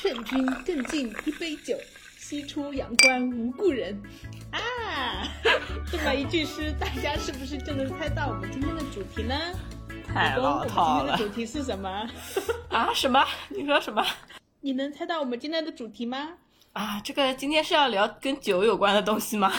劝君更尽一杯酒，西出阳关无故人。啊，这么一句诗，大家是不是就能猜到我们今天的主题呢？ 太老套了。 我们今天的主题是什么？ 啊？什么？你说什么？ 你能猜到我们今天的主题吗？ 啊，这个今天是要聊跟酒有关的东西吗？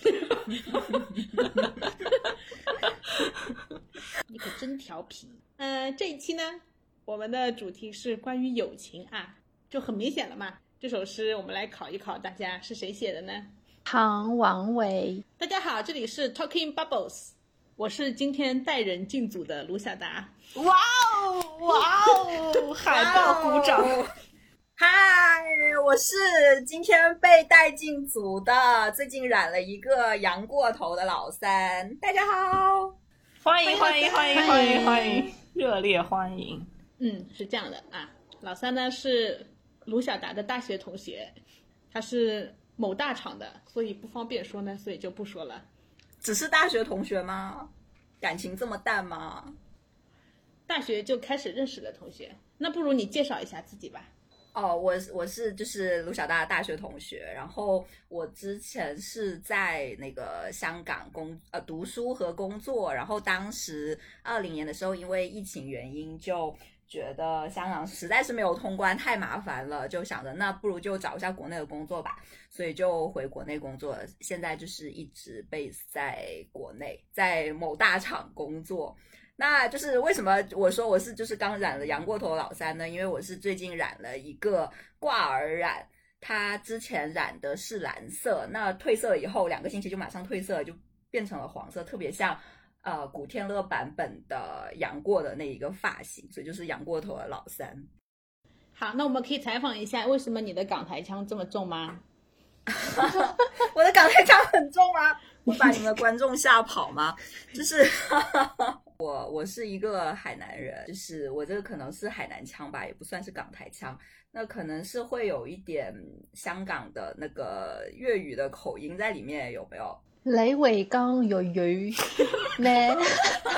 你可真调皮。这一期呢，我们的主题是关于友情啊，就很明显了嘛。这首诗我们来考一考大家是谁写的呢？ 唐王维。 大家好，这里是 Talking Bubbles， 我是今天带人进组的卢晓达。 哇哦哇哦，海报鼓掌。 嗨，我是今天被带进组的，最近染了一个洋过头的老三。大家好， 欢迎欢迎欢迎欢迎欢迎，热烈欢迎。 是这样的啊，老三呢是卢晓达的大学同学，他是某大厂的，所以不方便说呢，所以就不说了。 只是大学同学吗？感情这么淡吗？ 大学就开始认识的同学，那不如你介绍一下自己吧。 哦，我是就是卢晓达的大学同学，然后我之前是在那个香港读书和工作，然后当时20年的时候，因为疫情原因就觉得香港实在是没有通关，太麻烦了，就想着那不如就找一下国内的工作吧，所以就回国内工作了。现在就是一直 base 在国内，在某大厂工作。那就是为什么我说我是就是刚染了洋过头的老三呢？因为我是最近染了一个挂耳染，它之前染的是蓝色，那褪色了以后2个星期就马上褪色，就变成了黄色，特别像古天乐版本的杨过的那一个发型，所以就是洋过头的老三。 好，那我们可以采访一下，为什么你的港台腔这么重吗？ 我的港台腔很重吗？会把你们的观众吓跑吗？就是我是一个海南人，就是我这个可能是海南腔吧，也不算是港台腔，那可能是会有一点香港的那个粤语的口音在里面，有没有？ 你會講粵語咩？ 我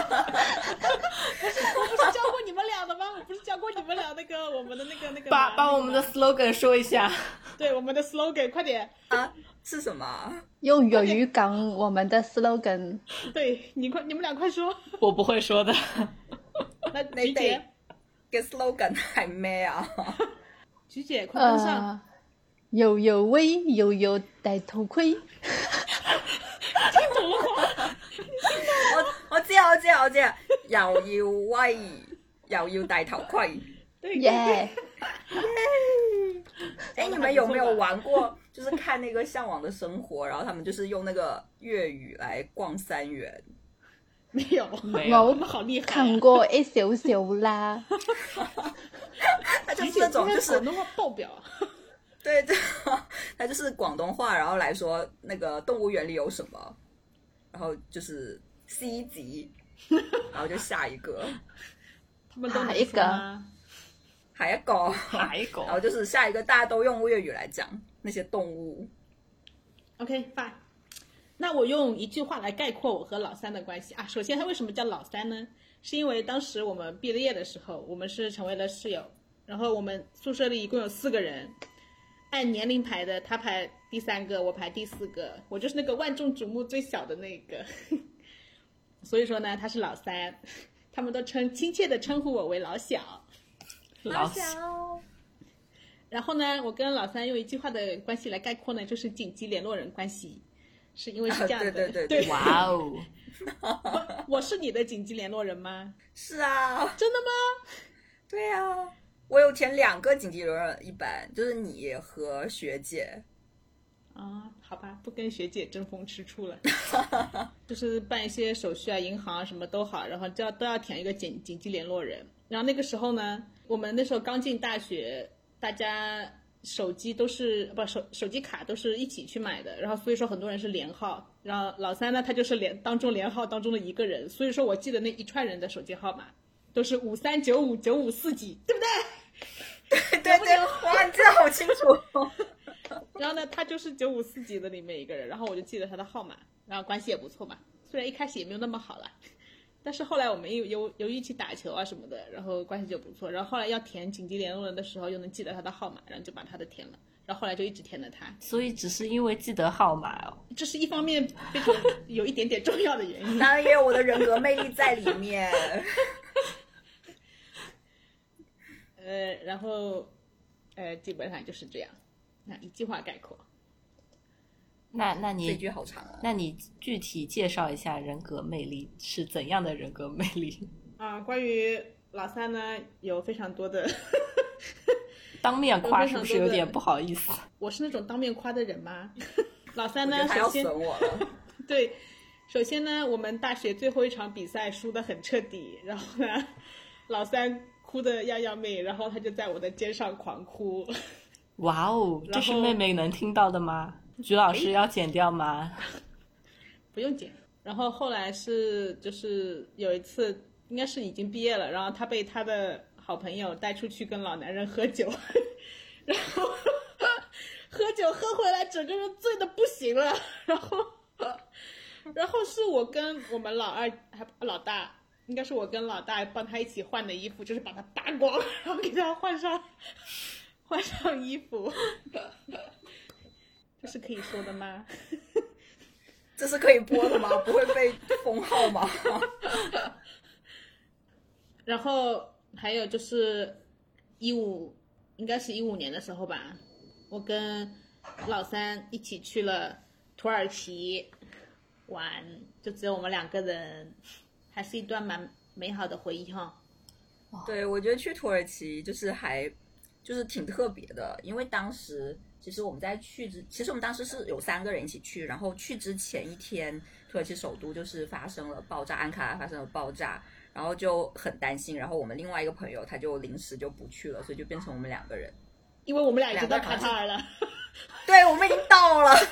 不是教過你們倆的嗎？我不是教過你們倆那個我們的那個把我們的 slogan 說一下。 對，我們的 slogan 快點啊，是什麼？ 用粵語講我們的 slogan。 對，你們倆快說。 我不會說的。 那菊姐嘅 slogan 係咩啊？ 菊姐快跟上。 搖搖威，搖搖戴頭盔。 聽懂嗎？ 我知，又要威，又要戴頭盔。 對耶！ 哎，你們有沒有玩過？就是看那個《向往的生活》，然後他們就是用那個粵語來逛3元。 沒有， 我好厲害。 看過一小小啦。 它就是那種就是廣東話爆表。 對，它就是廣東話，然後來說那個動物園裡有什麼，然後就是 C 級，然後就下一個， 他們都哪個啊？ 下一個，然後就是下一個，大家都用粵語來講那些動物。 OK fine， 那我用一句話來概括我和老三的關係啊。首先，他為什麼叫老三呢？是因為當時我們畢了業的時候，我們是成為了室友，然後我們宿舍裡一共有4個人。按年齡排的，他排第3個，我排第4個，我就是那個萬眾矚目最小的那個，所以說呢，他是老三，他們都親切的稱呼我為老小。 老小。 然後呢，我跟老三用一句話的關係來概括呢，就是緊急聯絡人關係，是因為是這樣的。 對， 哇哦！ 我是你的緊急聯絡人嗎？ 是啊。 真的嗎？ 對啊。我有填2個緊急聯絡人一班，就是你和學姐。 啊，好吧，不跟學姐爭風吃醋了。就是辦一些手續啊，銀行啊什麼都好，然後都要填一個緊急聯絡人。然後那個時候呢，我們那時候剛進大學，大家手機都是手機卡都是一起去買的，然後所以說很多人是連號，然後老三呢，他就是當中連號當中的一個人，所以說我記得那一串人的手機號碼都是539595幾，對不對？ 對，哇，你記得好清楚。 然後呢，他就是954幾的裡面一個人，然後我就記得他的號碼，然後關係也不錯嘛，雖然一開始也沒有那麼好啦， 但是后来我们由于一起打球啊什么的，然后关系就不错。然后后来要填紧急联络人的时候，又能记得他的号码，然后就把他的填了。然后后来就一直填了他。 所以只是因为记得号码哦， 这是一方面非常有一点点重要的原因。 当然也有我的人格魅力在里面。 然后基本上就是这样，那一句话概括。 那你这句好长哦。 那你具体介绍一下人格魅力是怎样的人格魅力？ 关于老三呢，有非常多的当面夸是不是有点不好意思？ 我是那种当面夸的人吗？老三呢， 他要首先损我了。 对，首先呢，我们大学最后一场比赛输得很彻底，然后呢，老三哭得要要命，然后他就在我的肩上狂哭。 哇哦，这是妹妹能听到的吗？菊老师要剪掉吗？ 不用剪。然后后来就是有一次，应该是已经毕业了，然后他被他的好朋友带出去跟老男人喝酒，然后喝酒喝回来，整个人醉得不行了，然后是我跟我们老二还老大，应该是我跟老大帮他一起换的衣服，就是把他扒光，然后给他换上衣服。这是可以说的吗？ 这是可以播的吗？不会被封号吗？ 然后还有就是应该是15年的时候吧，我跟老三一起去了土耳其玩，就只有我们2个人，还是一段蛮美好的回忆哈。 对，我觉得去土耳其就是挺特别的，因为当时其实我们当时是有3个人一起去，然后去之前一天，土耳其首都就是发生了爆炸，安卡拉发生了爆炸，然后就很担心，然后我们另外一个朋友他就临时就不去了，所以就变成我们2个人。 因为我们俩已经到卡塔尔了。 对，我们已经到了。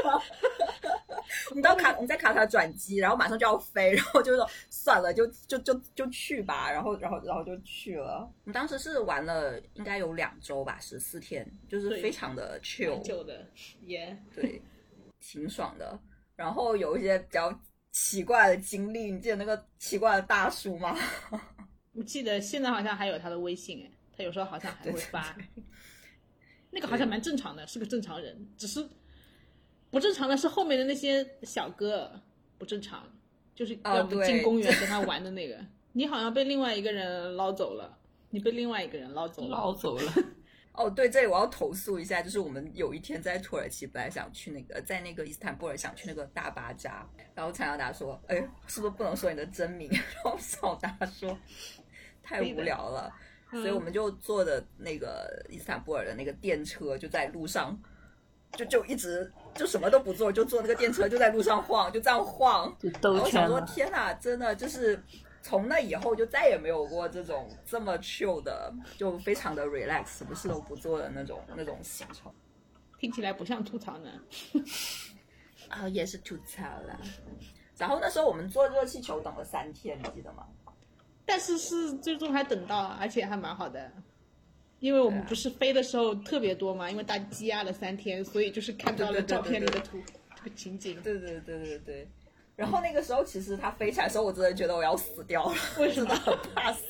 我们在卡塔尔转机，然后马上就要飞，然后就说算了，就去吧，然后就去了。我们当时是玩了应该有2周吧，14天，就是非常的 chill， 蛮久的，也对，挺爽的。然后有一些比较奇怪的经历，你记得那个奇怪的大叔吗？ 我记得现在好像还有他的微信，他有时候好像还会发。 对对对， 那个好像蛮正常的，是个正常人，只是不正常的是后面的那些小哥不正常，就是要不进公园跟他玩的那个。你好像被另外一个人捞走了，捞走了。 哦，对，这里我要投诉一下，就是我们有一天在土耳其本来想去在那个伊斯坦布尔想去那个大巴扎，然后蔡小达说，哎，是不是不能说你的真名？然后小达说太无聊了，所以我们就坐的那个伊斯坦布尔的那个电车，就在路上就一直就什么都不做，就坐那个电车就在路上晃，就这样晃， 就兜圈了。 我想说天哪，真的就是从那以后就再也没有过这么 chill 的，就非常的 relax， 什么事都不做的那种行程。 听起来不像吐槽呢。 也是吐槽啦。然后那时候我们坐热气球等了3天，你记得吗？ 但是最终还等到，而且还蛮好的。因为我们不是飞的时候特别多嘛，因为大积压了3天，所以就是看到了照片里的这个情景。 对。然后那个时候其实他飞起来的时候，我真的觉得我要死掉了。 为什么？ 很怕死。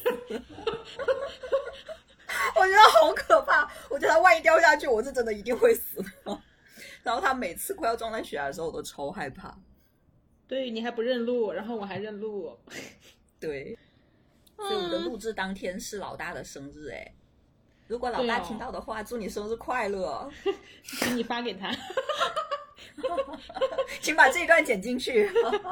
我觉得好可怕，我觉得他万一掉下去，我是真的一定会死的。然后他每次快要撞在悬崖的时候，我都超害怕。 对，你还不认路，然后我还认路。 对，所以我们的录制当天是老大的生日哎。如果老大听到的话，祝你生日快乐。 请你发给他。 请把这一段剪进去。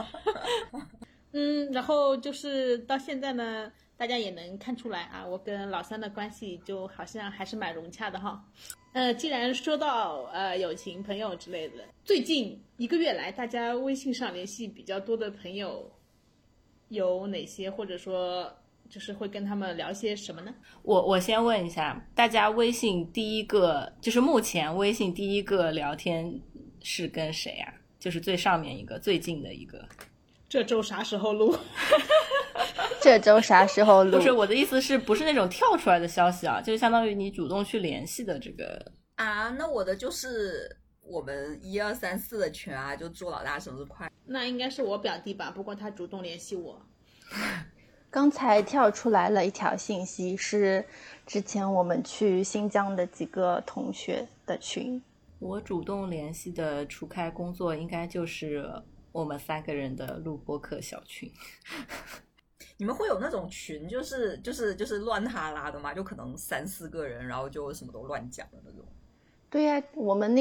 然后就是到现在呢，大家也能看出来啊，我跟老三的关系就好像还是蛮融洽的哈。既然说到友情、朋友之类的，最近1个月来，大家微信上联系比较多的朋友有哪些，或者说就是会跟他们聊些什么呢？ 我先问一下，大家微信第一个，就是目前微信第一个聊天是跟谁啊？就是最上面一个，最近的一个。 这周啥时候录？ 这周啥时候录？ 不是，我的意思是不是那种跳出来的消息啊？就是相当于你主动去联系的这个啊。那我的就是我们1、2、3、4的群啊，就祝老大生日快乐。 那应该是我表弟吧，不过他主动联系我。 刚才跳出来了一条信息，是之前我们去新疆的几个同学的群。 我主动联系的除开工作应该就是我们3个人的录播课小群。 你们会有那种群，就是乱哈拉的吗？就可能3-4个人，然后就什么都乱讲的那种。 对呀，我们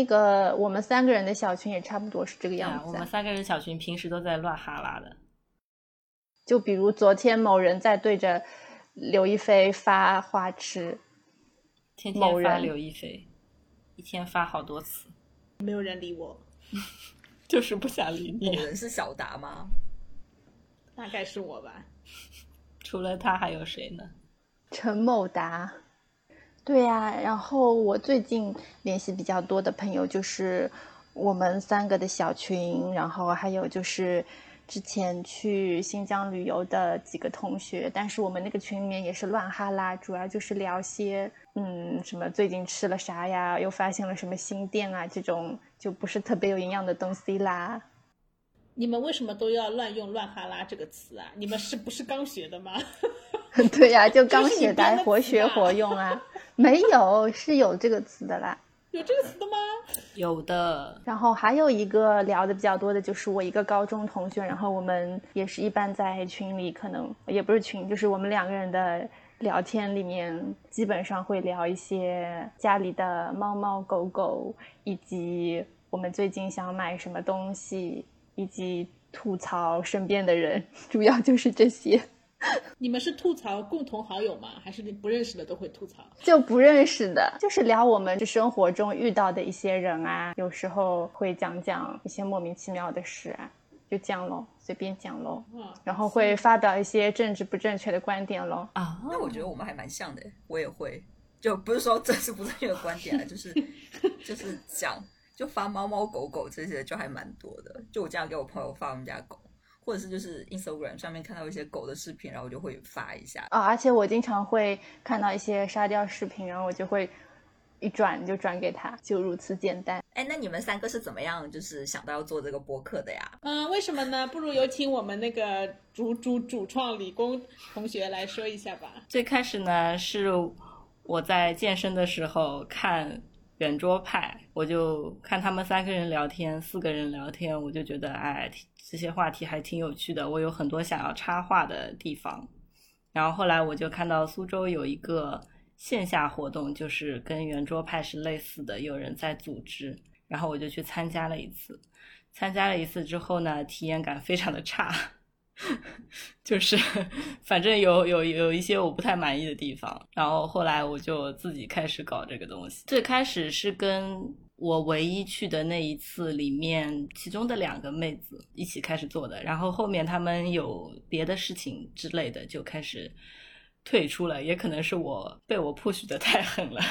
3个人的小群也差不多是这个样子。 我们3个人小群平时都在乱哈拉的。 就比如昨天某人在对着刘亦菲发花痴， 天天发刘亦菲，一天发好多次， 没有人理我， 就是不想理你。 某人是小达吗？ 大概是我吧。 除了他还有谁呢？ 陈某达。对呀，然后我最近联系比较多的朋友就是我们3个的小群，然后还有就是之前去新疆旅游的几个同学，但是我们那个群里面也是乱哈拉，主要就是聊些什么最近吃了啥呀，又发现了什么新店啊，这种就不是特别有营养的东西啦。 你们为什么都要乱用乱哈拉这个词啊？你们是不是刚学的吗？ 对呀，就刚学的，活学活用啊。没有，是有这个词的啦。 有这个词的吗？ 有的。 然后还有一个聊的比较多的就是我一个高中同学，然后我们也是一般在群里，可能也不是群，就是我们2个人的聊天里面基本上会聊一些家里的猫猫狗狗，以及我们最近想买什么东西，以及吐槽身边的人，主要就是这些。 你们是吐槽共同好友吗？还是你不认识的都会吐槽？ 就不认识的，就是聊我们生活中遇到的一些人啊，有时候会讲一些莫名其妙的事啊，就讲咯，随便讲咯。然后会发表一些政治不正确的观点咯。 那我觉得我们还蛮像的，我也会，就不是说政治不正确的观点啊，就是讲，就发猫猫狗狗这些就还蛮多的。就我经常给我朋友发我们家狗，或者是就是 Instagram 上面看到一些狗的视频，然后我就会发一下。 而且我经常会看到一些沙雕视频，然后我就会一转就转给他，就如此简单。 那你们3个是怎么样就是想到要做这个播客的呀？ 为什么呢？不如有请我们那个主创理工同学来说一下吧。 最开始呢，是我在健身的时候看圆桌派，我就看他们3个人聊天，4个人聊天，我就觉得这些话题还挺有趣的，我有很多想要插话的地方。然后后来我就看到苏州有一个线下活动，就是跟圆桌派是类似的，有人在组织，然后我就去参加了一次。参加了一次之后呢，体验感非常的差，就是反正有一些我不太满意的地方。然后后来我就自己开始搞这个东西。最开始是跟我唯一去的那一次里面其中的2个妹子一起开始做的，然后后面他们有别的事情之类的就开始退出了，也可能是被我 push 的太狠了。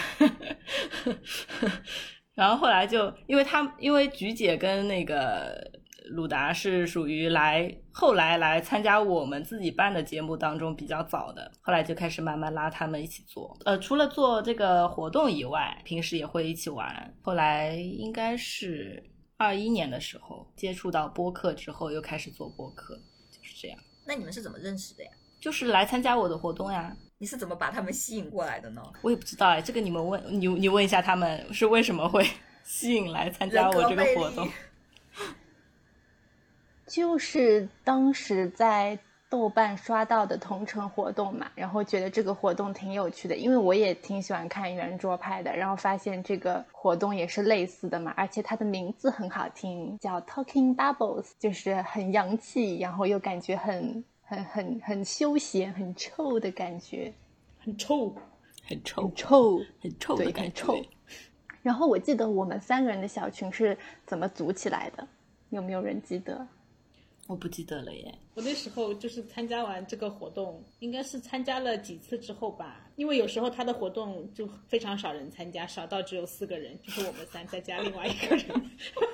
然后后来就因为菊姐跟那个鲁达是属于后来来参加我们自己办的节目当中比较早的，后来就开始慢慢拉他们一起做。除了做这个活动以外，平时也会一起玩。后来应该是21年的时候接触到播客之后，又开始做播客，就是这样。 那你们是怎么认识的呀？ 就是来参加我的活动呀。 你是怎么把他们吸引过来的呢？ 我也不知道这个你们你问一下他们是为什么会吸引来参加我这个活动。 就是当时在豆瓣刷到的同城活动嘛，然后觉得这个活动挺有趣的，因为我也挺喜欢看圆桌派的，然后发现这个活动也是类似的嘛，而且它的名字很好听，叫 Talking Bubbles， 就是很洋气，然后又感觉很休闲很臭的感觉。 很臭对，很臭。然后我记得我们3个人的小群是怎么组起来的，有没有人记得？ 我不记得了耶。 我那时候就是参加完这个活动，应该是参加了几次之后吧，因为有时候他的活动就非常少人参加，少到只有4个人，就是我们3再加另外1个人。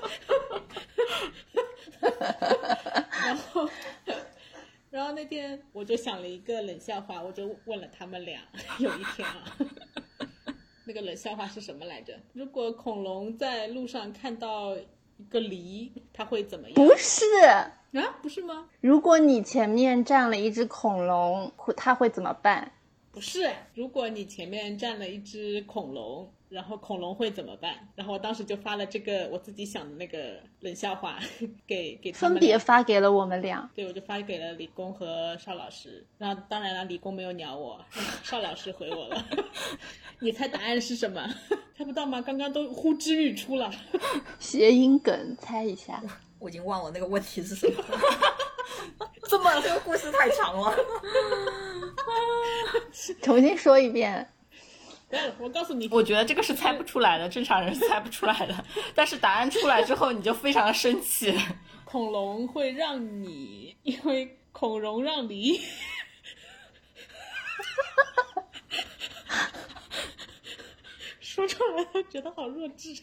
然后那天我就想了一个冷笑话，我就问了他们俩。有一天那个冷笑话是什么来着？如果恐龙在路上看到一个梨，它会怎么样？ 不是， 啊，不是吗？ 如果你前面站了一只恐龙，它会怎么办？ 不是，如果你前面站了一只恐龙，然后恐龙会怎么办？然后我当时就发了这个我自己想的那个冷笑话给他们分别发给了我们俩。 对，我就发给了理工和邵老师。然后当然了，理工没有鸟我，邵老师回我了。你猜答案是什么？猜不到吗？刚刚都呼之欲出了。 谐音梗，猜一下。 我已经忘了那个问题是什么了。这个故事太长了。 重新说一遍。 我告诉你， 我觉得这个是猜不出来的，正常人是猜不出来的。但是答案出来之后，你就非常的生气。 恐龙会让你，因为孔融让梨。说出来觉得好弱智。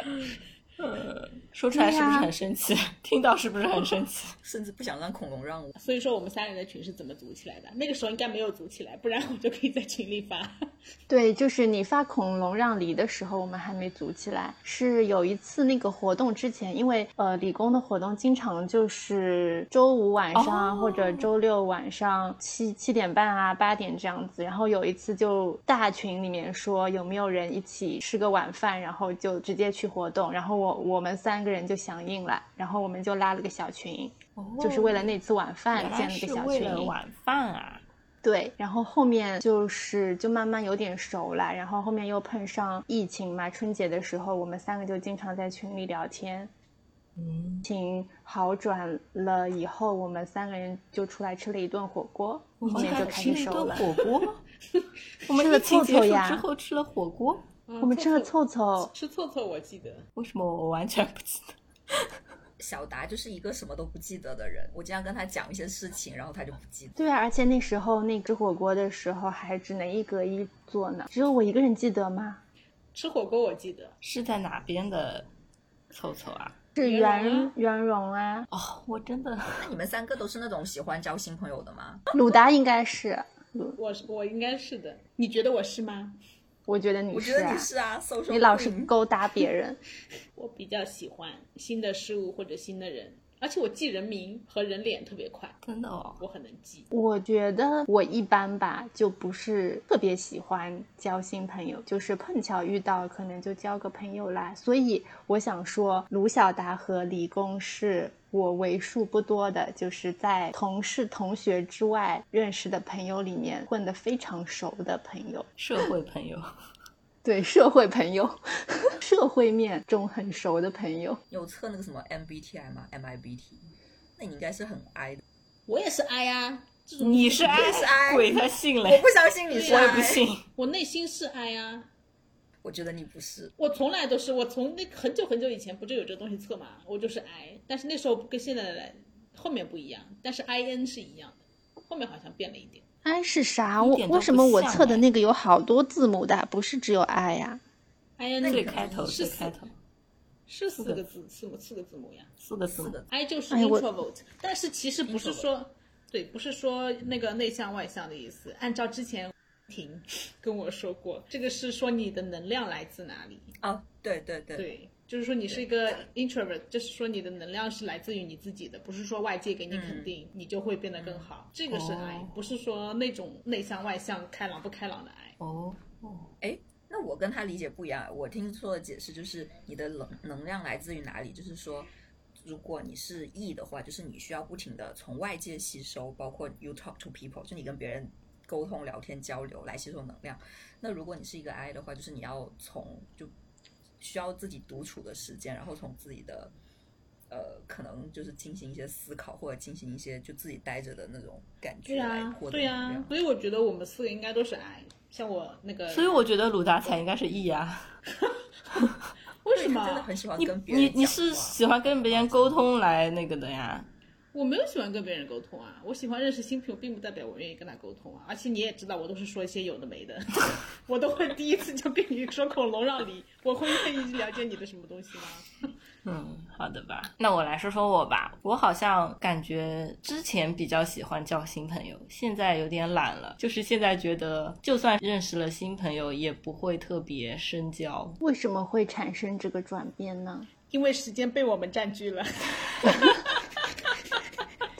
说出来是不是很生气？听到是不是很生气？ 甚至不想让恐龙让我。 所以说我们三人的群是怎么组起来的？那个时候应该没有组起来，不然我就可以在群里发。 对，就是你发恐龙让梨的时候，我们还没组起来。是有一次那个活动之前，因为理工的活动经常就是周五晚上、或者周六晚上7点半啊8点这样子。然后有一次就大群里面说有没有人一起吃个晚饭，然后就直接去活动。然后我们3个人就响应了，然后我们就拉了个小群，就是为了那次晚饭建了个小群。 为了晚饭啊。 对，然后后面就慢慢有点熟了，然后后面又碰上疫情嘛，春节的时候我们3个就经常在群里聊天。疫情好转了以后，我们3个人就出来吃了一顿火锅，后面就开始熟了。 火锅，我们吃了凑凑呀， 之后吃了火锅。 我们吃了凑凑， 吃凑凑我记得。 为什么我完全不记得？ 小达就是一个什么都不记得的人，我经常跟他讲一些事情，然后他就不记得。 对啊，而且那时候那吃火锅的时候还只能1隔1坐呢，只有我一个人记得吗？ 吃火锅我记得是在哪边的凑凑啊？ 是圆融啊。 哦，我真的。 那你们3个都是那种喜欢交新朋友的吗？ 鲁达应该是。 我应该是的，你觉得我是吗？ 我觉得你是啊。 我觉得你是啊， 你老是勾搭别人。 我比较喜欢新的事物或者新的人，而且我记人名和人脸特别快。 真的哦， 我很能记。 我觉得我一般吧，就不是特别喜欢交新朋友，就是碰巧遇到可能就交个朋友啦。所以我想说，卢小达和理工是我为数不多的，就是在同事同学之外认识的朋友里面混得非常熟的朋友， 社会朋友。 对，社会朋友，社会面中很熟的朋友。 有测那个什么 MBTI 吗 ？MIBT， 那你应该是很 I 的。 我也是 I 啊， 你是 I， 鬼才信嘞！ 我不相信你是 I， 我也不信。 我内心是 I 啊。 我觉得你不是。 我从来都是，我从很久很久以前不就有这东西测嘛，我就是 I， 但是那时候跟现在后面不一样，但是 IN 是一样的，后面好像变了一点。 I 是啥？为什么我测的那个有好多字母的，不是只有 I 呀 ？IN 最开头是最开头是4个字4个字母呀 ，4个字母。 I 就是 introvert，但是其实不是说对，不是说那个内向外向的意思。按照之前婷跟我说过，这个是说你的能量来自哪里。 哦，对对对对，就是说你是一个 introvert， 就是说你的能量是来自于你自己的，不是说外界给你肯定，你就会变得更好。这个是 I，不是说那种内向外向、开朗不开朗的 I。 哎，那我跟他理解不一样。我听说的解释就是你的能量来自于哪里，就是说，如果你是 E 的话，就是你需要不停的从外界吸收，包括 you talk to people， 就你跟别人沟通、聊天、交流来吸收能量。那如果你是一个 I 的话，就是你要就需要自己独处的时间，然后从自己的可能就是进行一些思考，或者进行一些就自己待着的那种感觉来获得能量。 对啊，所以我觉得我们4个应该都是 I， 像我那个。 所以我觉得鲁达才应该是 E 啊。 为什么？ 真的很喜欢跟别人讲话。 你是喜欢跟别人沟通来那个的呀？ 我没有喜欢跟别人沟通啊，我喜欢认识新朋友，并不代表我愿意跟他沟通啊。而且你也知道，我都是说一些有的没的，我都会第一次就跟你说恐龙让梨，我会愿意了解你的什么东西吗？ 好的吧。那我来说说我吧。我好像感觉之前比较喜欢交新朋友，现在有点懒了。就是现在觉得，就算认识了新朋友，也不会特别深交。 为什么会产生这个转变呢？ 因为时间被我们占据了。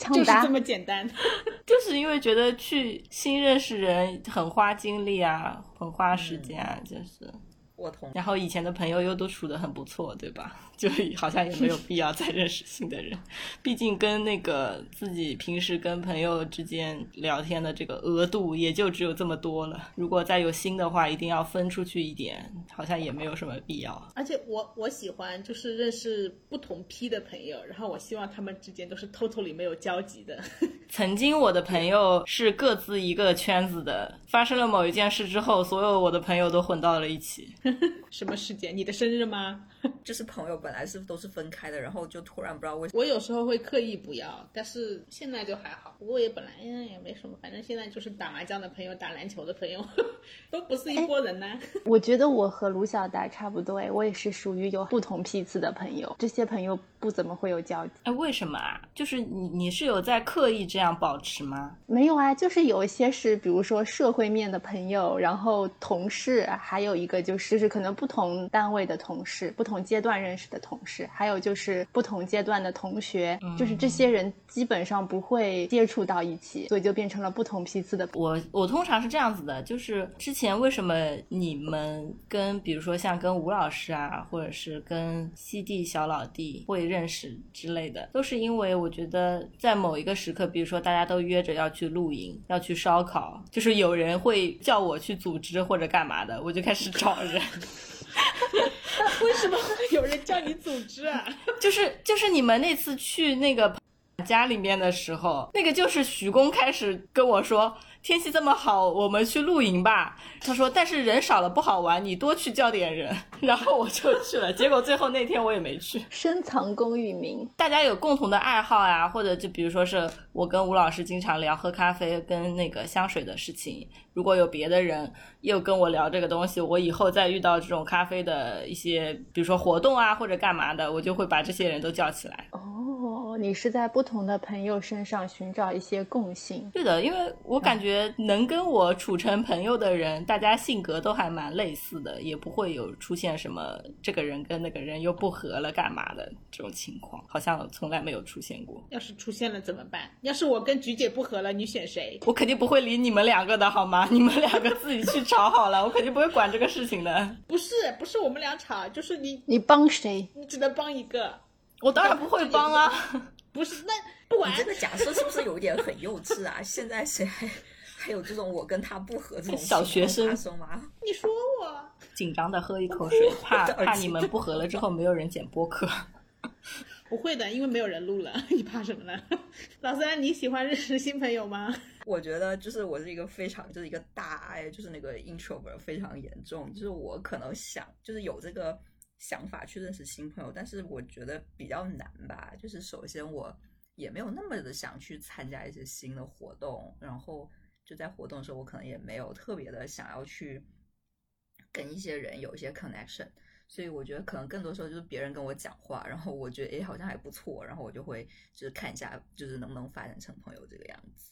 抢答就是这么简单。 就是因为觉得去新认识人很花精力啊，很花时间啊，就是我同意。 然后以前的朋友又都处得很不错，对吧？就好像也没有必要再认识新的人，毕竟跟那个自己平时跟朋友之间聊天的这个额度也就只有这么多了。如果再有新的话，一定要分出去一点，好像也没有什么必要。 而且我喜欢就是认识不同批的朋友，然后我希望他们之间都是 totally 没有交集的。 曾经我的朋友是各自一个圈子的，发生了某一件事之后，所有我的朋友都混到了一起。 什么事件？你的生日吗？ 就是朋友本来都是分开的，然后就突然不知道为什么。 我有时候会刻意不要，但是现在就还好。不过也本来也没什么，反正现在就是打麻将的朋友、打篮球的朋友，都不是一拨人呢。 我觉得我和卢小达差不多，我也是属于有不同批次的朋友，这些朋友不怎么会有交集。 为什么啊？就是你是有在刻意这样保持吗？ 没有啊，就是有一些是比如说社会面的朋友，然后同事，还有一个就是可能不同单位的同事，不同阶段认识的同事，还有就是不同阶段的同学，就是这些人基本上不会接触到一起，所以就变成了不同批次的。 我通常是这样子的，就是之前为什么你们跟比如说像跟吴老师啊，或者是跟西弟小老弟会认识之类的，都是因为我觉得在某一个时刻，比如说大家都约着要去露营，要去烧烤，就是有人会叫我去组织或者干嘛的，我就开始找人。 为什么有人叫你组织啊？ 就是你们那次去那个家里面的时候，那个就是徐工开始跟我说天气这么好，我们去露营吧。他说但是人少了不好玩，你多去叫点人。然后我就去了，结果最后那天我也没去。 深藏功与名， 大家有共同的爱好呀，或者就比如说是我跟吴老师经常聊喝咖啡跟那个香水的事情，如果有别的人又跟我聊这个东西，我以后再遇到这种咖啡的一些比如说活动啊或者干嘛的，我就会把这些人都叫起来。 哦，你是在不同的朋友身上寻找一些共性。 对的，因为我感觉能跟我处成朋友的人，大家性格都还蛮类似的，也不会有出现什么这个人跟那个人又不合了干嘛的这种情况，好像从来没有出现过。 要是出现了怎么办？要是我跟菊姐不合了，你选谁？ 我肯定不会理你们两个的好吗？你们两个自己去吵好了，我肯定不会管这个事情的。 不是我们俩吵，就是你帮谁？ 你只能帮一个。 我当然不会帮啊。 不是，那不管你这个假设是不是有点很幼稚啊？现在谁还有这种我跟他不合这种小学生发生吗？ 你说我紧张的喝一口水，怕你们不合了之后没有人剪播客。 不会的，因为没有人录了，你怕什么呢？老三，你喜欢认识新朋友吗？ 我觉得就是我是一个非常就是一个大爱，就是那个 introvert 非常严重，就是我可能就是有这个想法去认识新朋友，但是我觉得比较难吧。就是首先我也没有那么的想去参加一些新的活动，然后就在活动的时候，我可能也没有特别的想要去跟一些人有一些 connection。所以我觉得可能更多时候就是别人跟我讲话，然后我觉得好像还不错，然后我就会就是看一下就是能不能发展成朋友这个样子，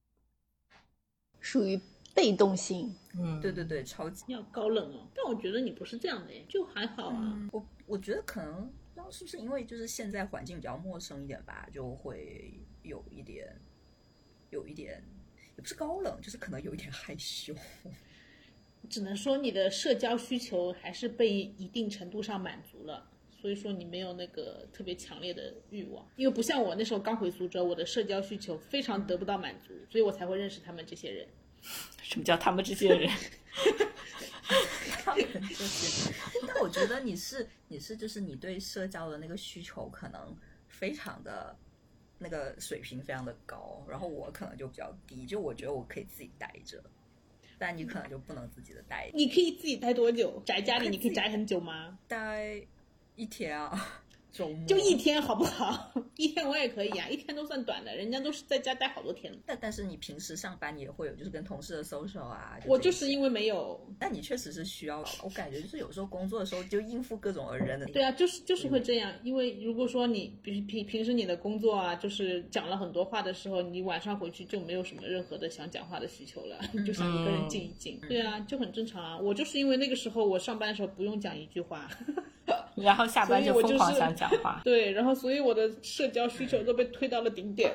属于被动性。 对对对，超级要高冷哦。但我觉得你不是这样的耶，就还好啊。 我觉得可能不知道是不是因为就是现在环境比较陌生一点吧，就会有一点也不是高冷，就是可能有一点害羞。 只能说你的社交需求还是被一定程度上满足了，所以说你没有那个特别强烈的欲望。因为不像我那时候刚回苏州，我的社交需求非常得不到满足，所以我才会认识他们这些人。 什么叫他们这些人？ 他们这些，但我觉得你是就是你对社交的那个需求可能非常的那个水平非常的高，然后我可能就比较低，就我觉得我可以自己待着。但你可能就不能自己的待。 你可以自己待多久？宅家里你可以宅很久吗？ 待一天啊，周末就一天好不好？一天我也可以啊，一天都算短的，人家都是在家待好多天。 但是你平时上班也会有，就是跟同事的 social 啊。 我就是因为没有。 但你确实是需要，我感觉就是有时候工作的时候就应付各种人的。 对啊，就是会这样，因为如果说你平时你的工作啊，就是讲了很多话的时候，你晚上回去就没有什么任何的想讲话的需求了，就想一个人静一静。对啊，就很正常啊。我就是因为那个时候我上班的时候不用讲一句话。 然后下班就疯狂想讲话。 对，然后所以我的社交需求都被推到了顶点。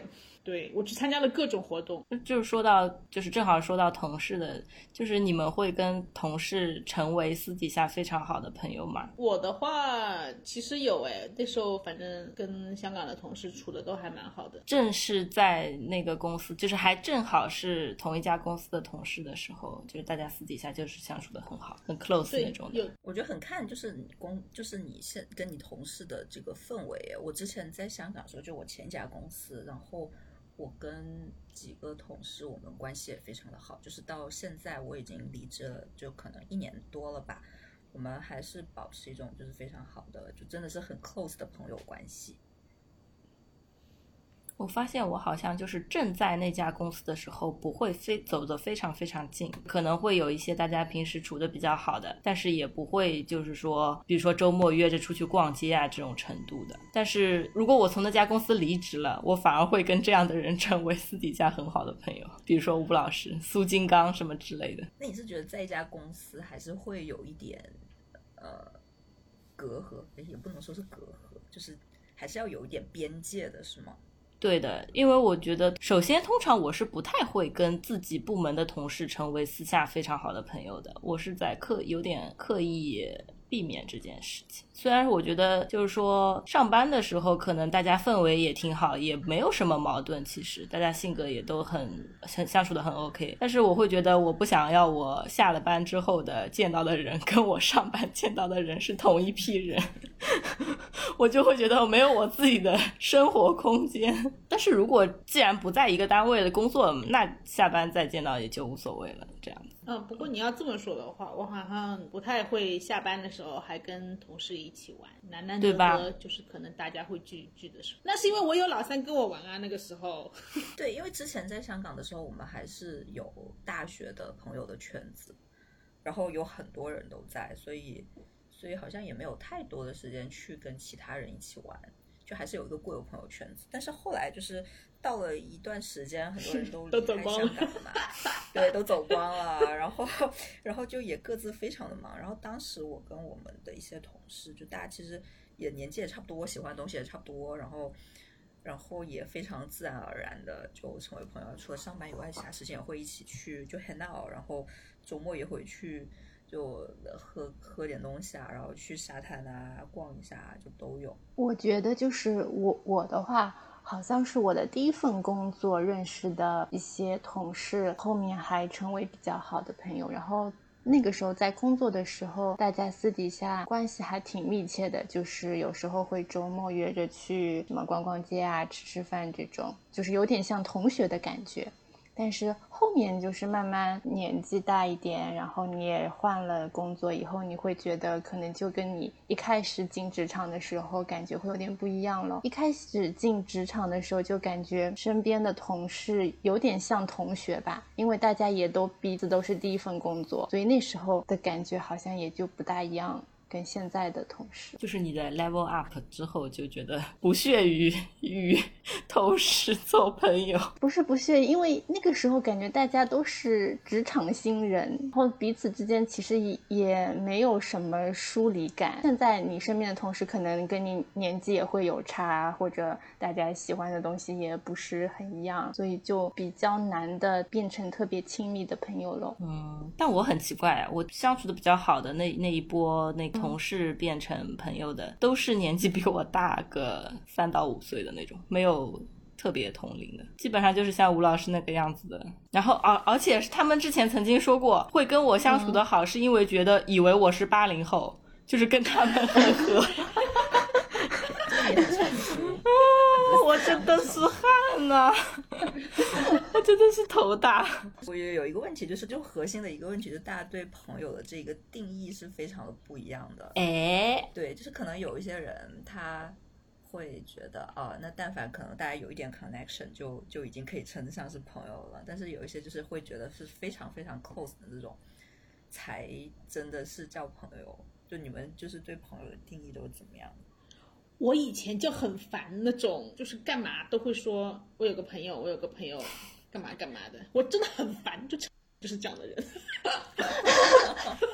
对，我去参加了各种活动。 就是说到，就是正好说到同事的，就是你们会跟同事成为私底下非常好的朋友吗？ 我的话其实有那时候反正跟香港的同事处的都还蛮好的。 正是在那个公司，就是还正好是同一家公司的同事的时候，就是大家私底下就是相处的很好，很 close 那种的。 我觉得很看就是你跟你同事的这个氛围。我之前在香港的时候，就我前一家公司，然后我跟几个同事我们关系也非常的好，就是到现在我已经离职了，就可能1年多了吧，我们还是保持一种就是非常好的，就真的是很 close 的朋友关系。 我发现我好像就是正在那家公司的时候不会走得非常非常近，可能会有一些大家平时处得比较好的，但是也不会就是说比如说周末约着出去逛街啊这种程度的。但是如果我从那家公司离职了，我反而会跟这样的人成为私底下很好的朋友，比如说吴老师、苏金刚什么之类的。 那你是觉得在一家公司还是会有一点隔阂，也不能说是隔阂，就是还是要有一点边界的，是吗？ 对的，因为我觉得首先通常我是不太会跟自己部门的同事成为私下非常好的朋友的，我是在有点刻意避免这件事情。虽然我觉得就是说上班的时候可能大家氛围也挺好，也没有什么矛盾，其实大家性格也都很相处的很 OK， 但是我会觉得我不想要我下了班之后的见到的人跟我上班见到的人是同一批人我就会觉得我没有我自己的生活空间。但是如果既然不在一个单位的工作，那下班再见到也就无所谓了，这样子。 不过你要这么说的话，我好像不太会下班的时候还跟同事一起玩，难得得就是可能大家会聚的时候，那是因为我有老三跟我玩啊，那个时候对，因为之前在香港的时候，我们还是有大学的朋友的圈子，然后有很多人都在，所以好像也没有太多的时间去跟其他人一起玩，就还是有一个固有朋友圈子。但是后来就是到了一段时间，很多人都离开香港了嘛，对，都走光了，然后就也各自非常的忙。然后当时我跟我们的一些同事，就大家其实也年纪也差不多，喜欢的东西也差不多，然后也非常自然而然的就成为朋友。除了上班以外，其他时间也会一起去就 hang out， 然后周末也会去就喝点东西啊，然后去沙滩啊逛一下，就都有。 我觉得就是我的话，好像是我的第一份工作认识的一些同事，后面还成为比较好的朋友。然后那个时候在工作的时候，大家私底下关系还挺密切的，就是有时候会周末约着去什么逛逛街啊、吃饭这种，就是有点像同学的感觉。但是后面就是慢慢年纪大一点，然后你也换了工作以后，你会觉得可能就跟你一开始进职场的时候感觉会有点不一样了。一开始进职场的时候就感觉身边的同事有点像同学吧，因为大家也都彼此都是第一份工作，所以那时候的感觉好像也就不大一样。跟现在的同事， 就是你的 level up 之后就觉得不屑于与同事做朋友。 不是不屑，因为那个时候感觉大家都是职场新人，然后彼此之间其实也没有什么疏离感。现在你身边的同事可能跟你年纪也会有差，或者大家喜欢的东西也不是很一样，所以就比较难的变成特别亲密的朋友了。 但我很奇怪，我相处的比较好的那一波同事变成朋友的，都是年纪比我大个3到5岁的那种，没有特别同龄的，基本上就是像吴老师那个样子的。然后而且他们之前曾经说过，会跟我相处的好，是因为以为我是80后，就是跟他们很合。我真的是汗呐、我真的是头大。 我也有一个问题，就核心的一个问题，就是大家对朋友的这个定义是非常的不一样的。对，就是可能有一些人他会觉得那但凡可能大家有一点 connection 就已经可以称得上是朋友了，但是有一些就是会觉得是非常非常 close 的这种才真的是叫朋友。就你们就是对朋友的定义都是怎么样的？ 我以前就很烦那种，就是干嘛都会说我有个朋友干嘛干嘛的，我真的很烦，就是这样的人。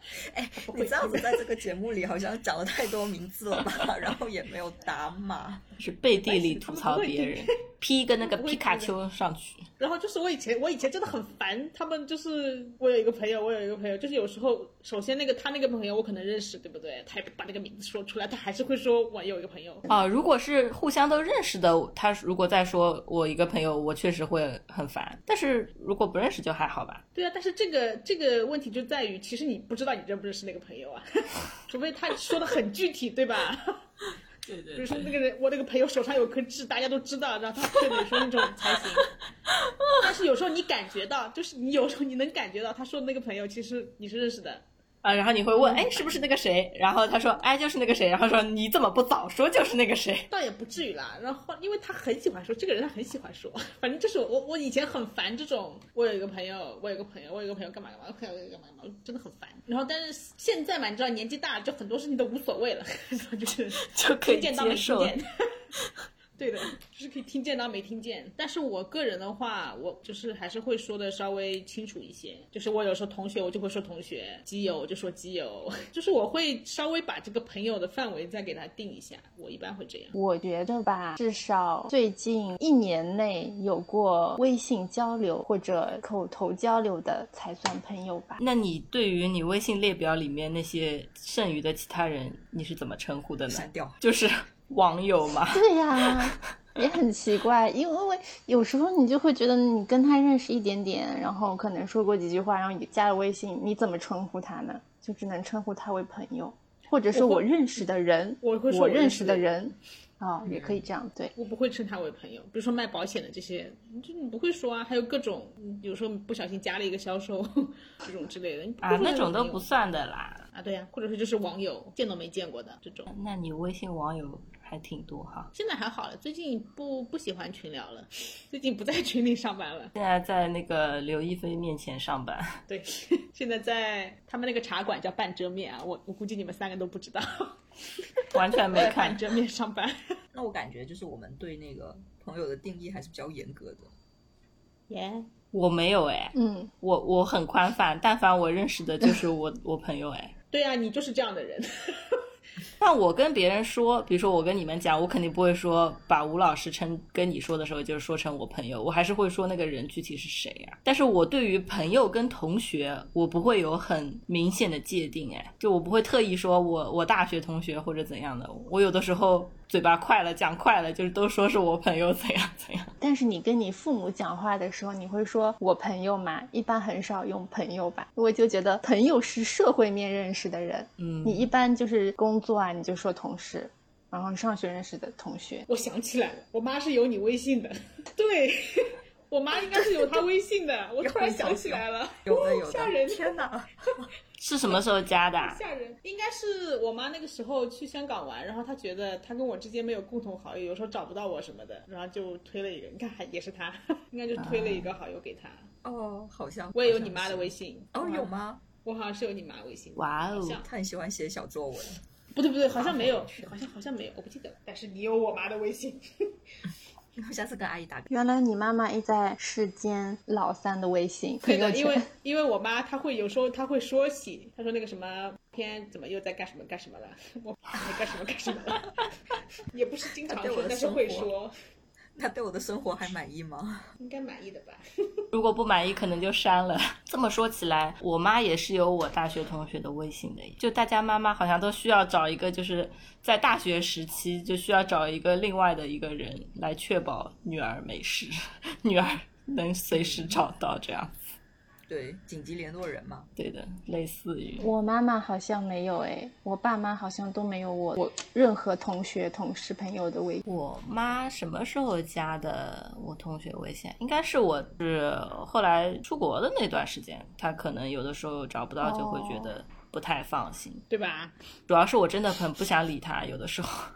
哎，你这样子在这个节目里好像讲了太多名字了吧？然后也没有打码， 是背地里吐槽别人，P 一个那个皮卡丘上去。 然后就是我以前真的很烦他们，就是我有一个朋友，就是有时候首先他那个朋友我可能认识，对不对？他也不把那个名字说出来，他还是会说我有一个朋友啊。如果是互相都认识的，他如果再说我一个朋友，我确实会很烦。但是如果不认识就还好吧。 对啊，但是这个问题就在于，其实你不知道你认不认识那个朋友啊，除非他说的很具体，对吧？ 对对， 比如说那个人，我那个朋友手上有颗痣，大家都知道，然后他对你说那种才行。但是有时候你感觉到，就是你有时候你能感觉到，他说的那个朋友其实你是认识的啊，然后你会问，哎，是不是那个谁？然后他说，哎，就是那个谁。然后说，你怎么不早说就是那个谁？ 倒也不至于啦。然后因为他很喜欢说，这个人他很喜欢说，反正就是我以前很烦这种，我有一个朋友干嘛干嘛，朋友干嘛干嘛，真的很烦。然后但是现在嘛，你知道年纪大了，就很多事情都无所谓了，就是就可以听见到没接受听见。对的，就是可以听见到没听见。但是我个人的话，我就是还是会说的稍微清楚一些。就是我有时候同学我就会说同学，基友我就说基友，就是我会稍微把这个朋友的范围再给他定一下。我一般会这样。 我觉得吧，至少最近1年内有过微信交流或者口头交流的才算朋友吧。 那你对于你微信列表里面那些剩余的其他人，你是怎么称呼的呢？ 删掉。 就是网友嘛。 对呀，也很奇怪，因为有时候你就会觉得你跟他认识一点点，然后可能说过几句话，然后你加了微信，你怎么称呼他呢？就只能称呼他为朋友，或者是我认识的人， 我会说我认识的人。也可以这样，对， 我不会称他为朋友。比如说卖保险的这些，就你不会说啊。还有各种，有时候不小心加了一个销售这种之类的啊，那种都不算的啦。 啊，对呀，或者是就是网友见都没见过的这种。 那你微信网友还挺多哈。 现在还好了，最近不喜欢群聊了，最近不在群里上班了。 现在在那个刘亦菲面前上班。 对，现在在他们那个茶馆叫半遮面啊，我估计你们3个都不知道。 完全没看。 半遮面上班。 那我感觉就是我们对那个朋友的定义还是比较严格的。 耶， 我没有哎，我很宽泛，但凡我认识的就是我朋友哎。 对啊，你就是这样的人。 但我跟别人说，比如说我跟你们讲，我肯定不会说把吴老师跟你说的时候就说成我朋友，我还是会说那个人具体是谁啊。但是我对于朋友跟同学，我不会有很明显的界定哎，就我不会特意说我大学同学或者怎样的。我有的时候嘴巴快了，讲快了，就是都说是我朋友怎样怎样。 但是你跟你父母讲话的时候，你会说我朋友吗？一般很少用朋友吧。我就觉得朋友是社会面认识的人，你一般就是工作啊，你就说同事，然后上学认识的同学。 我想起来了，我妈是有你微信的。对，我妈应该是有她微信的。我突然想起来了， 有的吓人！ 天哪！ 是什么时候加的？ 吓人！应该是我妈那个时候去香港玩，然后她觉得她跟我之间没有共同好友，有时候找不到我什么的，然后就推了一个，你看也是她，应该就推了一个好友给她。 哦，好像我也有你妈的微信。 哦，有吗？ 我好像是有你妈微信。 哇哦， 她很喜欢写小作文。 不对，好像没有，好像没有，我不记得了。但是你有我妈的微信。 我下次跟阿姨打。 原来你妈妈一在世间老三的微信。 对的，因为我妈她会有时候她会说起，她说那个什么天怎么又在干什么了，我干什么了，也不是经常说，但是会说。 他对我的生活还满意吗？ 应该满意的吧。 如果不满意可能就删了。这么说起来，我妈也是有我大学同学的微信的，就大家妈妈好像都需要找一个，就是在大学时期就需要找一个另外的一个人来确保女儿没事，女儿能随时找到这样子。 对，紧急联络人嘛。 对的，类似于我妈妈好像没有我爸妈好像都没有我任何同学同事朋友的微信。 我妈什么时候加的我同学微信？应该是我是后来出国的那段时间，她可能有的时候找不到就会觉得不太放心， 对吧？ 主要是我真的很不想理她，有的时候。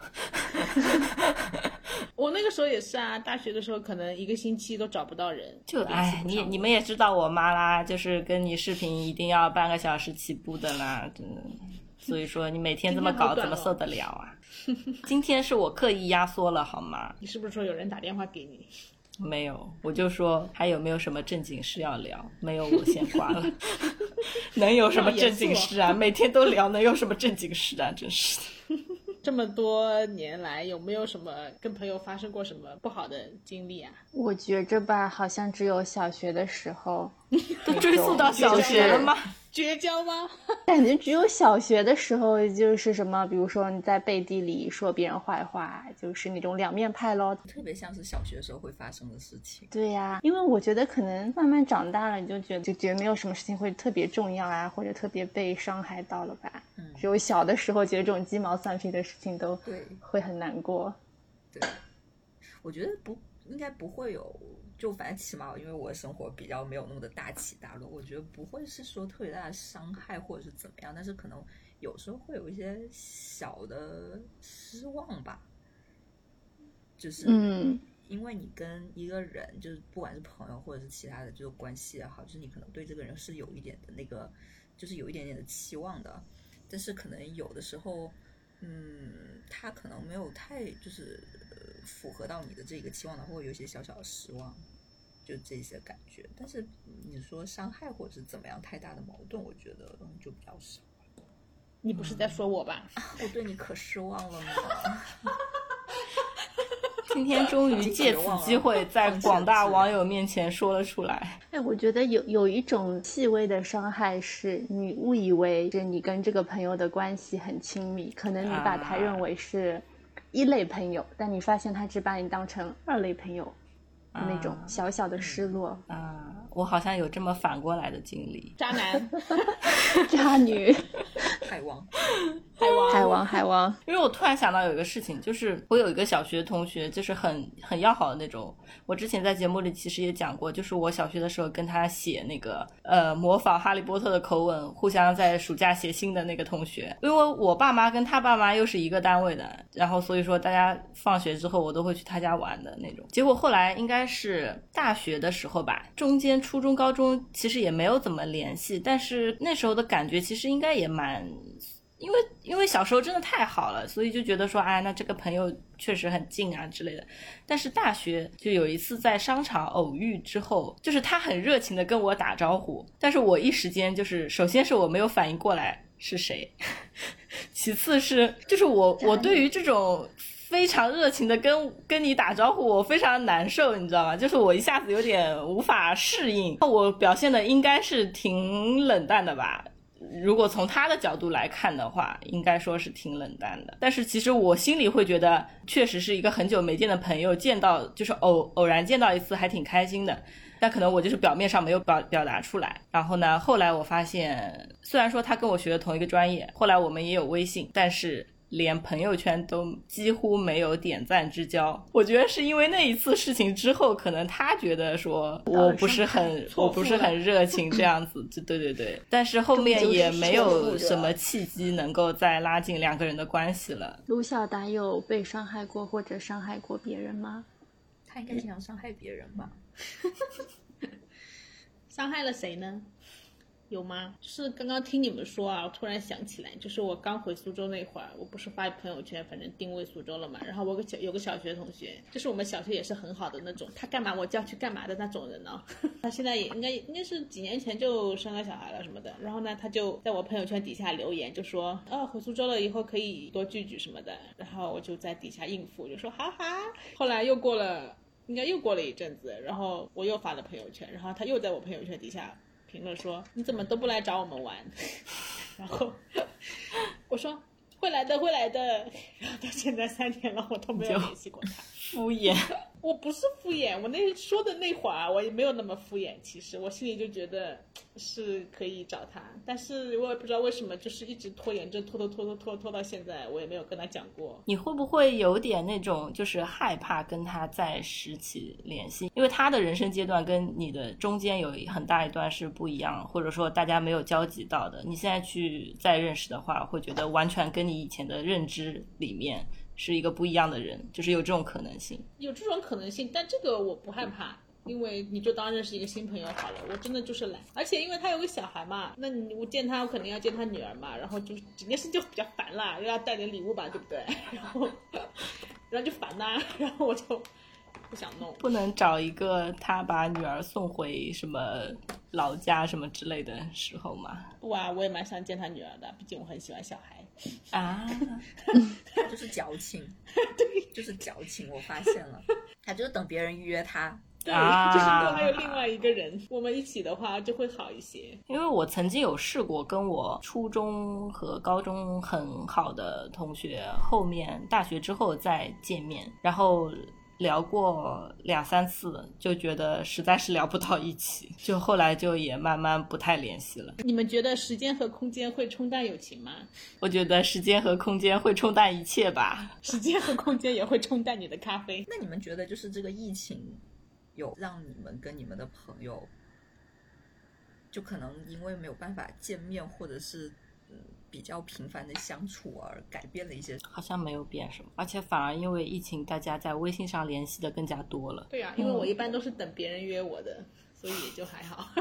我那个时候也是啊，大学的时候可能1个星期都找不到人。 就你们也知道我妈啦，就是跟你视频一定要半个小时起步的啦，真的。所以说你每天这么搞怎么受得了啊？今天是我刻意压缩了好吗？ 你是不是说有人打电话给你？ 没有，我就说还有没有什么正经事要聊？没有，我先挂了。能有什么正经事啊？每天都聊，能有什么正经事啊？真是的。 这么多年来，有没有什么跟朋友发生过什么不好的经历啊？ 我觉着吧，好像只有小学的时候， 都追溯到小学了吗？ 绝交吗？ 感觉只有小学的时候，就是什么，比如说你在背地里说别人坏话，就是那种两面派咯。 特别像是小学时候会发生的事情。 对呀，因为我觉得可能慢慢长大了，你就觉得没有什么事情会特别重要啊，或者特别被伤害到了吧。只有小的时候觉得这种鸡毛蒜皮的事情都会很难过。 对，我觉得应该不会有。就反正起码因为我的生活比较没有那么的大起大落，我觉得不会是说特别大的伤害或者是怎么样，但是可能有时候会有一些小的失望吧，就是因为你跟一个人就是不管是朋友或者是其他的这种关系也好，就是你可能对这个人是有一点的那个就是有一点点的期望的，但是可能有的时候他可能没有太就是符合到你的这个期望的，或者有一些小小的失望，就这些感觉。但是你说伤害或者是怎么样太大的矛盾，我觉得就比较少。 你不是在说我吧？ 我对你可失望了呢。 今天终于借此机会在广大网友面前说了出来。 哎，我觉得有一种细微的伤害是你误以为是你跟这个朋友的关系很亲密，可能你把他认为是一类朋友，但你发现他只把你当成二类朋友，那种小小的失落。 我好像有这么反过来的经历。 渣男渣女海王。 因为我突然想到有一个事情，就是我有一个小学同学，就是很要好的那种。我之前在节目里其实也讲过，就是我小学的时候跟他写那个模仿哈利波特的口吻，互相在暑假写信的那个同学。因为我爸妈跟他爸妈又是一个单位的，然后所以说大家放学之后我都会去他家玩的那种。结果后来应该是大学的时候吧，中间初中高中其实也没有怎么联系，但是那时候的感觉其实应该也蛮，因为小时候真的太好了，所以就觉得说那这个朋友确实很近啊之类的。但是大学就有一次在商场偶遇之后，就是他很热情的跟我打招呼，但是我一时间就是首先是我没有反应过来是谁，其次是就是我对于这种非常热情的跟你打招呼，我非常难受，你知道吗？就是我一下子有点无法适应。我表现的应该是挺冷淡的吧，如果从他的角度来看的话，应该说是挺冷淡的。但是其实我心里会觉得，确实是一个很久没见的朋友，见到就是偶然见到一次，还挺开心的。但可能我就是表面上没有表达出来。然后呢，后来我发现，虽然说他跟我学的同一个专业，后来我们也有微信，但是连朋友圈都几乎没有点赞之交。我觉得是因为那一次事情之后，可能他觉得说我不是很热情这样子。对，但是后面也没有什么契机能够再拉近两个人的关系了。 卢小达有被伤害过或者伤害过别人吗？ 他应该经常伤害别人吧。 伤害了谁呢？有吗？就是刚刚听你们说啊，我突然想起来，就是我刚回苏州那会儿，我不是发朋友圈，反正定位苏州了嘛。然后我有个小学同学，就是我们小学也是很好的那种，他干嘛我就要去干嘛的那种人呢。他现在也应该是几年前就生了小孩了什么的。然后呢，他就在我朋友圈底下留言，就说回苏州了以后可以多聚聚什么的。然后我就在底下应付，就说好好。后来又过了一阵子，然后我又发了朋友圈，然后他又在我朋友圈底下评论说你怎么都不来找我们玩。然后我说会来的，然后到现在3年了，我都没有联系过他。 敷衍。 我不是敷衍，我说的那会儿我也没有那么敷衍，其实我心里就觉得是可以找他，但是我也不知道为什么就是一直拖延着，拖到现在，我也没有跟他讲过。 你会不会有点那种就是害怕跟他再拾起联系，因为他的人生阶段跟你的中间有很大一段是不一样，或者说大家没有交集到的，你现在去再认识的话，会觉得完全跟你以前的认知里面是一个不一样的人，就是有这种可能性。 有这种可能性，但这个我不害怕，因为你就当认识一个新朋友好了。我真的就是懒，而且因为他有个小孩嘛，那我见他我肯定要见他女儿嘛，然后就整件事就比较烦啦，又要带点礼物吧，对不对？然后就烦啦，然后我就不想弄。 不能找一个他把女儿送回什么老家什么之类的时候吗？ 不啊，我也蛮想见他女儿的，毕竟我很喜欢小孩啊。 他就是矫情，对，就是矫情，我发现了，他就是等别人约他。 对，就是如果还有另外一个人，我们一起的话就会好一些。 因为我曾经有试过跟我初中和高中很好的同学，后面大学之后再见面，然后聊过2-3次，就觉得实在是聊不到一起，就后来就也慢慢不太联系了。 你们觉得时间和空间会冲淡友情吗？ 我觉得时间和空间会冲淡一切吧。 时间和空间也会冲淡你的咖啡。 那你们觉得就是这个疫情有让你们跟你们的朋友就可能因为没有办法见面或者是比较频繁的相处而改变了一些？ 好像没有变什么，而且反而因为疫情大家在微信上联系的更加多了。 对啊，因为我一般都是等别人约我的，所以也就还好。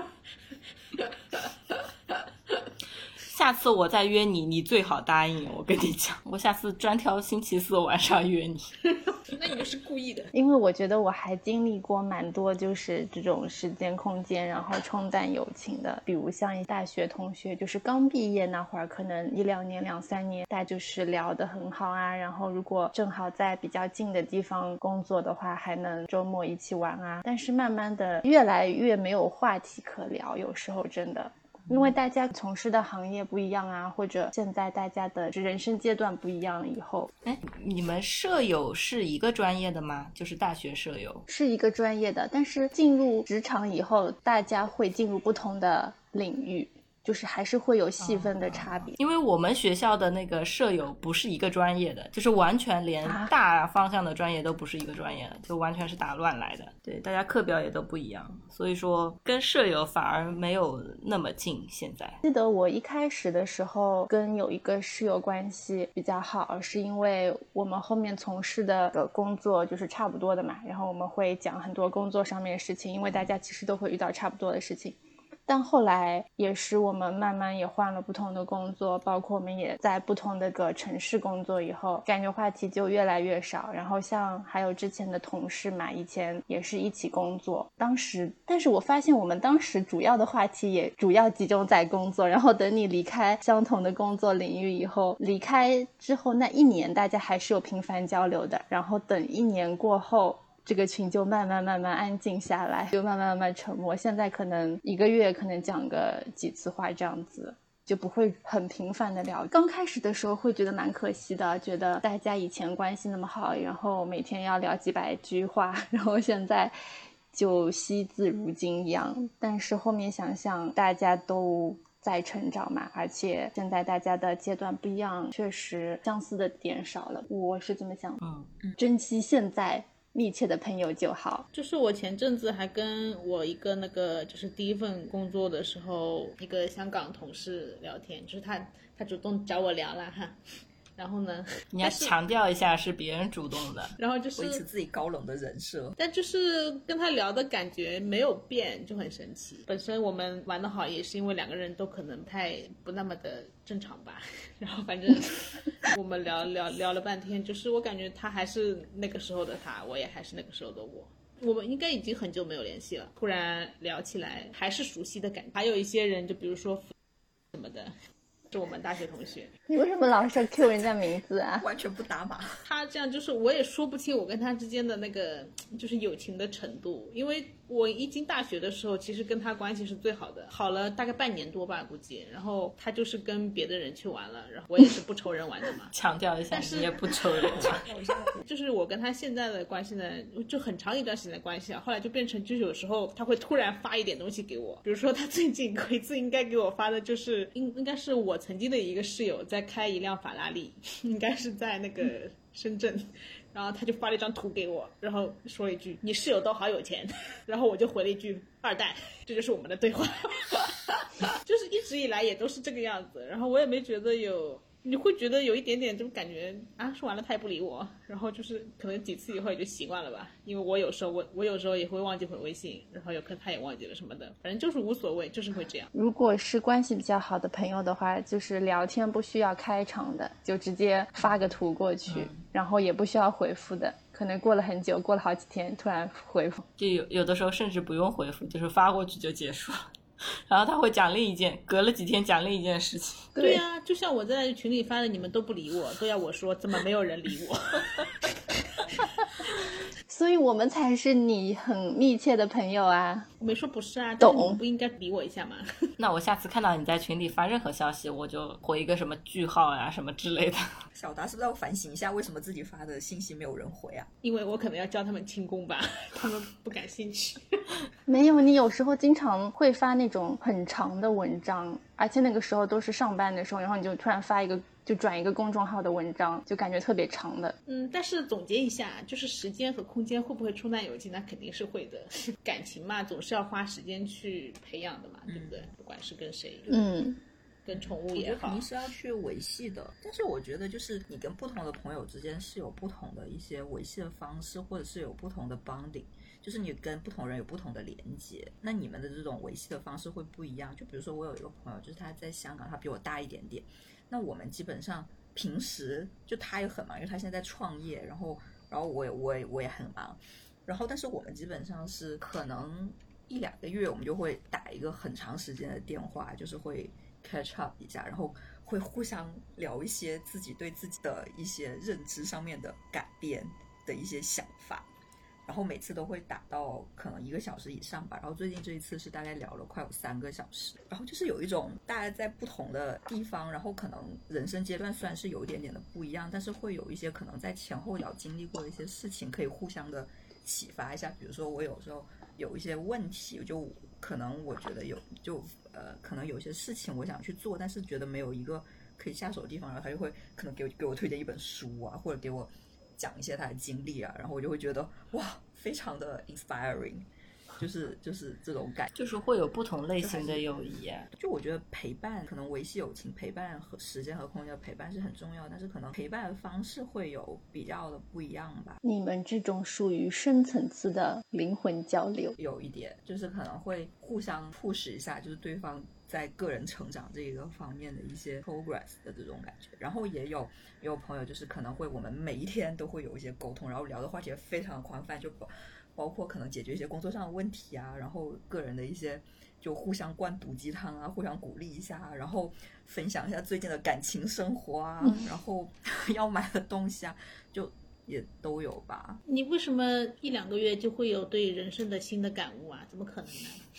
下次我再约你，你最好答应。我跟你讲，我下次专挑星期4晚上约你。 那你就是故意的。 因为我觉得我还经历过蛮多就是这种时间空间然后冲淡友情的，比如像大学同学，就是刚毕业那会儿，可能1-2年2-3年大家就是聊得很好啊，然后如果正好在比较近的地方工作的话，还能周末一起玩啊。但是慢慢的越来越没有话题可聊，有时候真的因为大家从事的行业不一样啊，或者现在大家的人生阶段不一样了以后。 你们舍友是一个专业的吗？就是大学舍友？ 是一个专业的，但是进入职场以后，大家会进入不同的领域，就是还是会有细分的差别。 因为我们学校的那个舍友不是一个专业的，就是完全连大方向的专业都不是一个专业的，就完全是打乱来的。对，大家课表也都不一样，所以说跟舍友反而没有那么近。现在记得我一开始的时候跟有一个室友关系比较好，是因为我们后面从事的工作就是差不多的嘛，然后我们会讲很多工作上面的事情，因为大家其实都会遇到差不多的事情。但后来也是我们慢慢也换了不同的工作，包括我们也在不同的个城市工作以后，感觉话题就越来越少。然后像还有之前的同事嘛，以前也是一起工作，但是我发现我们当时主要的话题也主要集中在工作，然后等你离开相同的工作领域以后，离开之后那1年大家还是有频繁交流的，然后等1年过后，这个群就慢慢安静下来，就慢慢沉默。现在可能1个月可能讲个几次话这样子，就不会很频繁的聊。刚开始的时候会觉得蛮可惜的，觉得大家以前关系那么好，然后每天要聊几百句话，然后现在就惜字如金一样。但是后面想想大家都在成长嘛，而且现在大家的阶段不一样，确实相似的点少了，我是这么想的。珍惜现在密切的朋友就好。 就是我前阵子还跟我一个就是第一份工作的时候一个香港同事聊天，就是他主动找我聊了哈。然后呢， 你要强调一下是别人主动的， 然后就是维持自己高冷的人设， 但就是跟他聊的感觉没有变，就很神奇。本身我们玩得好也是因为2个人都可能不那么的正常吧，然后反正我们聊了半天，就是我感觉他还是那个时候的他，我也还是那个时候的我们应该已经很久没有联系了，突然聊起来还是熟悉的感觉。还有一些人就比如说什么的，是我们大学同学。 你为什么老是 Q 人家名字啊？ 完全不打码。 他这样就是我也说不清我跟他之间的那个就是友情的程度，因为我一进大学的时候其实跟他关系是最好的，好了大概半年多吧估计，然后他就是跟别的人去玩了，然后我也是不愁人玩的嘛。 强调一下，你也不愁人玩。 就是我跟他现在的关系呢，就很长一段时间的关系啊，后来就变成就是有时候他会突然发一点东西给我，比如说他最近有一次应该给我发的就是应该是我曾经的一个室友在开一辆法拉利，应该是在那个深圳，然后他就发了一张图给我，然后说了一句你室友都好有钱，然后我就回了一句2代，这就是我们的对话。就是一直以来也都是这个样子，然后我也没觉得你会觉得有一点点这种感觉啊，说完了他也不理我，然后就是可能几次以后也就习惯了吧，因为我有时候也会忘记回微信，然后有可能他也忘记了什么的，反正就是无所谓，就是会这样。 如果是关系比较好的朋友的话，就是聊天不需要开场的，就直接发个图过去，然后也不需要回复的， 可能过了很久，过了好几天突然回复。 就有的时候甚至不用回复，就是发过去就结束了。然后他会讲另一件，隔了几天讲另一件事情。 对呀，就像我在群里发的，你们都不理我，都要我说怎么没有人理我。 所以我们才是你很密切的朋友啊。 我没说不是啊， 懂但你们不应该理我一下吗？ 那我下次看到你在群里发任何消息，我就回一个什么句号呀什么之类的。 小达是不是要反省一下，为什么自己发的信息没有人回啊？ 因为我可能要教他们轻功吧，他们不感兴趣。 没有，你有时候经常会发那种很长的文章，而且那个时候都是上班的时候，然后你就突然发一个，就转一个公众号的文章，就感觉特别长的。 但是总结一下，就是时间和空间会不会冲淡友情？那肯定是会的。感情嘛，总是要花时间去培养的嘛，对不对？不管是跟谁，跟宠物也好， 肯定是要去维系的。但是我觉得，就是你跟不同的朋友之间是有不同的一些维系的方式，或者是有不同的 bonding。就是你跟不同人有不同的连接，那你们的这种维系的方式会不一样。就比如说我有一个朋友，就是他在香港，他比我大一点点，那我们基本上平时就他也很忙，因为他现在在创业，然后我也很忙，然后但是我们基本上是可能1-2个月我们就会打一个很长时间的电话，就是会 catch up 一下，然后会互相聊一些自己对自己的一些认知上面的改变的一些想法。然后每次都会打到可能1个小时以上吧，然后最近这一次是大概聊了快有3个小时，然后就是有一种大家在不同的地方，然后可能人生阶段虽然是有一点点的不一样，但是会有一些可能在前后脚经历过的一些事情可以互相的启发一下。比如说我有时候有一些问题，就可能我觉得可能有一些事情我想去做，但是觉得没有一个可以下手的地方，然后他就会可能给我推荐一本书啊，或者给我讲一些他的经历啊，然后我就会觉得哇，非常的 inspiring， 就是这种感觉， 就是会有不同类型的友谊。 就我觉得陪伴，可能维系友情，陪伴和时间和空间的陪伴是很重要，但是可能陪伴的方式会有比较的不一样吧。 你们这种属于深层次的灵魂交流， 有一点就是可能会互相 push 一下，就是对方在个人成长这个方面的一些 progress 的这种感觉。然后也有朋友就是可能会我们每一天都会有一些沟通，然后聊的话题也非常宽泛，就包括可能解决一些工作上的问题啊，然后个人的一些就互相灌毒鸡汤啊，互相鼓励一下，然后分享一下最近的感情生活啊，然后要买的东西啊，就也都有吧。 你为什么1-2个月就会有对人生的新的感悟啊？怎么可能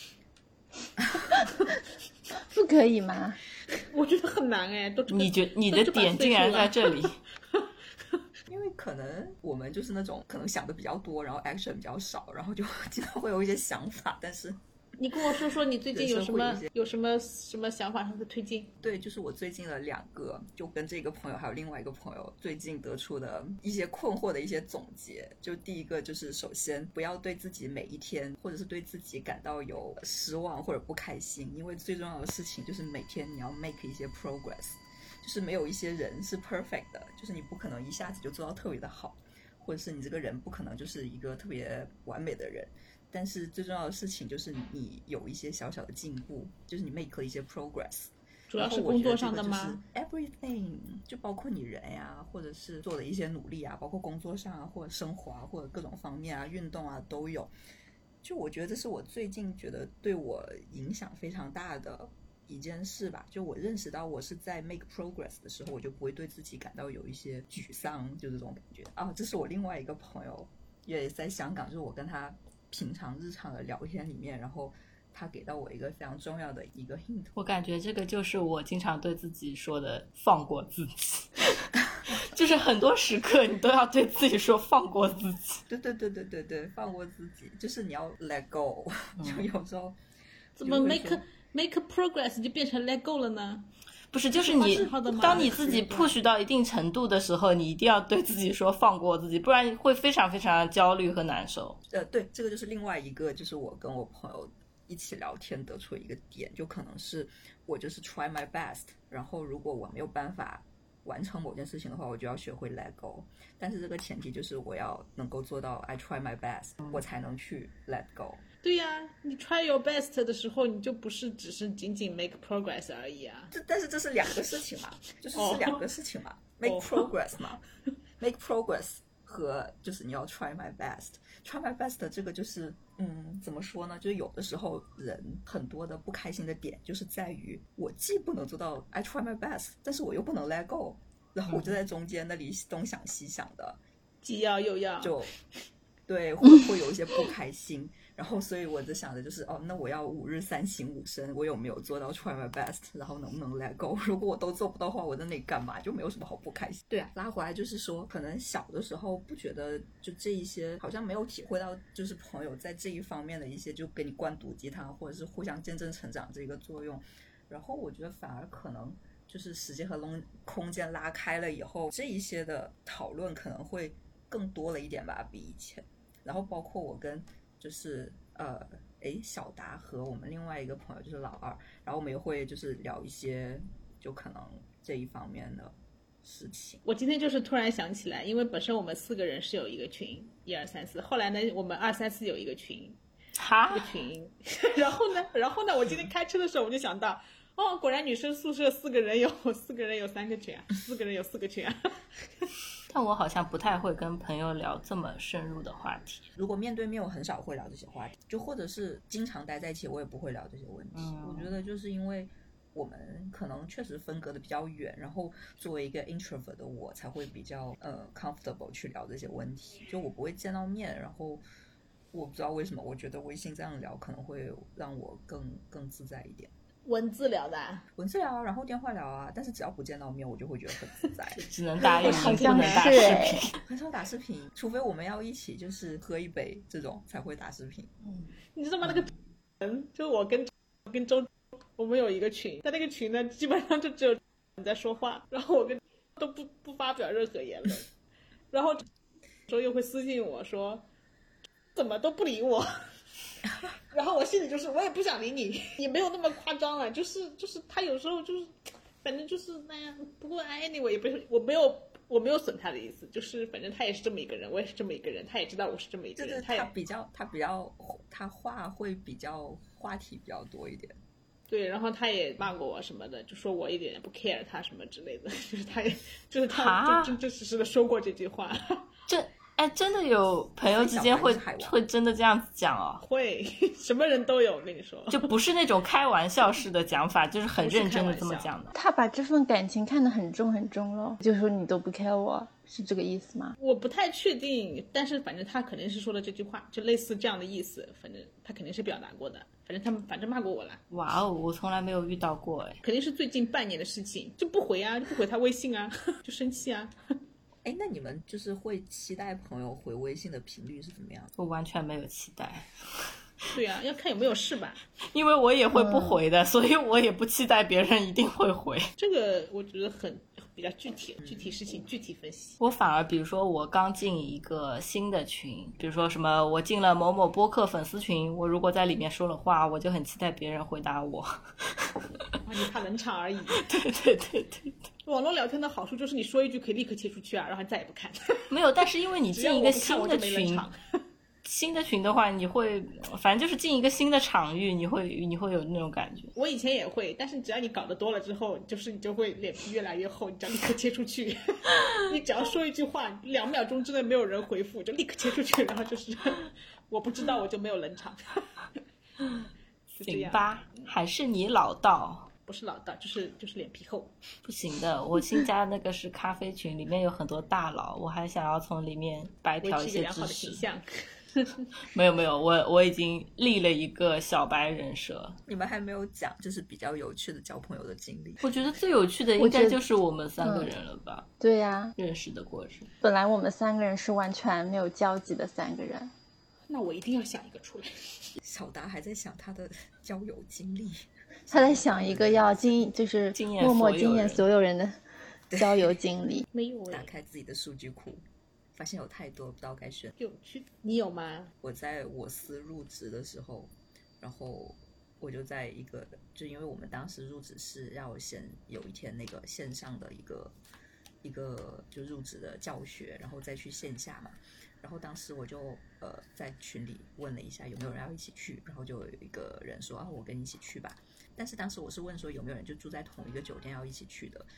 呢？ 不可以吗？ 我觉得很难哎， 你的点竟然在这里。 因为可能我们就是那种可能想的比较多，然后 action 比较少，然后就经常会有一些想法，但是你跟我说你最近有什么想法上的推进？ 对，就是我最近的2个，就跟这个朋友还有另外一个朋友最近得出的一些困惑的一些总结。就第一个就是首先不要对自己每一天或者是对自己感到有失望或者不开心，因为最重要的事情就是每天你要 make 一些 progress， 就是没有一些人是 perfect 的，就是你不可能一下子就做到特别的好，或者是你这个人不可能就是一个特别完美的人，但是最重要的事情就是你有一些小小的进步，就是你 make 了一些 progress。 主要是工作上的吗？ everything 就包括你人呀，或者是做的一些努力啊，包括工作上啊，或者生活啊，或者各种方面啊，运动啊都有。就我觉得这是我最近觉得对我影响非常大的一件事吧。就我认识到我是在 make progress 的时候，我就不会对自己感到有一些沮丧，就这种感觉啊。这是我另外一个朋友也在香港，就是我跟他平常日常的聊天里面，然后他给到我一个非常重要的一个 hint。 我感觉这个就是我经常对自己说的放过自己。就是很多时刻你都要对自己说放过自己。 对，放过自己，就是你要 let go。就有时候怎么 make progress 就变成 let go 了呢？ 不是，就是你当你自己 push 到一定程度的时候，你一定要对自己说放过自己，不然会非常非常的焦虑和难受。 对，这个就是另外一个，就是我跟我朋友一起聊天得出一个点，就可能是我就是 try my best， 然后如果我没有办法完成某件事情的话，我就要学会 let go。但是这个前提就是我要能够做到 I try my best， 我才能去 let go。 对呀，你 try your best 的时候，你就不是只是仅仅 make progress 而已啊。 但是这是2个事情嘛，就是2个事情嘛，make progress 嘛，make progress 和就是你要 try my best。try my best 这个就是怎么说呢？就是有的时候人很多的不开心的点就是在于我既不能做到 I try my best， 但是我又不能 let go， 然后我就在中间那里东想西想的， 既要又要， 就对会有一些不开心。然后所以我就想着就是那我要5日3省吾身，我有没有做到 try my best， 然后能不能 let go。 如果我都做不到的话，我在那里干嘛？就没有什么好不开心。对啊，拉回来就是说可能小的时候不觉得就这一些好像没有体会到就是朋友在这一方面的一些就给你灌毒鸡汤或者是互相见证成长这个作用。然后我觉得反而可能就是时间和空间拉开了以后，这一些的讨论可能会更多了一点吧，比以前。然后包括我跟就是小达和我们另外一个朋友就是老二，然后我们也会就是聊一些就可能这一方面的事情。 我今天就是突然想起来，因为本身我们4个人是有一个群1、2、3、4，后来呢我们2、3、4有一个群， 哈， 一个群然后呢我今天开车的时候我就想到，果然女生宿舍4个人有3个群啊，4个人有4个群啊但我好像不太会跟朋友聊这么深入的话题。 如果面对面我很少会聊这些话题，就或者是经常待在一起我也不会聊这些问题。我觉得就是因为我们可能确实分隔的比较远，然后作为一个 introvert 的我才会比较comfortable 去聊这些问题。就我不会见到面，然后我不知道为什么我觉得微信这样聊可能会让我更自在一点。 文字聊的啊？ 文字聊，然后电话聊啊，但是只要不见到面我就会觉得很自在只能打语音好不能像是打视频。 很少打视频，除非我们要一起就是喝一杯这种才会打视频。 你知道吗？那个人就是我跟周，我们有一个群，在那个群呢基本上就只有人在说话，然后我跟都不发表任何言论，然后周又会私信我说怎么都不理我然后我心里就是我也不想理你，也没有那么夸张了，就是他有时候就是反正就是那样。不过anyway也不是，我没有损他的意思，就是反正他也是这么一个人，我也是这么一个人，他也知道我是这么一个人。 他话会比较话题比较多一点。 对，然后他也骂过我什么的，就说我一点也不 care 他什么之类的，就是他也就是他真真实实的说过这句话。 真的有朋友之间会真的这样子讲哦？ 会，什么人都有，我跟你说， 就不是那种开玩笑式的讲法，就是很认真的这么讲的。 他把这份感情看得很重很重咯，就说你都不 care 我，是这个意思吗？ 我不太确定，但是反正他肯定是说了这句话，就类似这样的意思，反正他肯定是表达过的。反正他们骂过我了。 哇哦，我从来没有遇到过哎。 肯定是最近半年的事情，就不回啊，就不回他微信啊，就生气啊。 哎，那你们就是会期待朋友回微信的频率是怎么样？ 我完全没有期待。 对啊，要看有没有事吧。 因为我也会不回的，所以我也不期待别人一定会回。 这个我觉得比较具体事情具体分析。 我反而比如说我刚进一个新的群，比如说什么我进了某某播客粉丝群，我如果在里面说了话，我就很期待别人回答我。 你怕冷场而已。 对。 网络聊天的好处就是你说一句可以立刻切出去啊，然后再也不看。 没有，但是因为你进一个新的群，新的群的话，你会反正就是进一个新的场域，你会有那种感觉。 我以前也会，但是只要你搞得多了之后，你就会脸皮越来越厚，你只要立刻切出去。你只要说一句话，2秒钟之内没有人回复，就立刻切出去，然后就是我不知道我就没有冷场。 行吧，还是你老道。 不是老道，就是脸皮厚。 不行的，我新加那个是咖啡群，里面有很多大佬，我还想要从里面白嫖一些知识。没有，我已经立了一个小白人设。 你们还没有讲就是比较有趣的交朋友的经历。 我觉得最有趣的应该就是我们3个人了吧。 对呀， 认识的过程。 本来我们3个人是完全没有交集的3个人。 那我一定要想一个出来。 小达还在想他的交友经历， 他在想一个要就是默默惊艳所有人的交友经历。 没有打开自己的数据库，发现有太多不知道该选。 有趣，你有吗？ 我在我司入职的时候，然后我就在一个，就因为我们当时入职是要先有一天那个线上的一个就入职的教学，然后再去线下嘛。然后当时我就在群里问了一下有没有人要一起去，然后就有一个人说我跟你一起去吧。但是当时我是问说有没有人就住在同一个酒店要一起去的，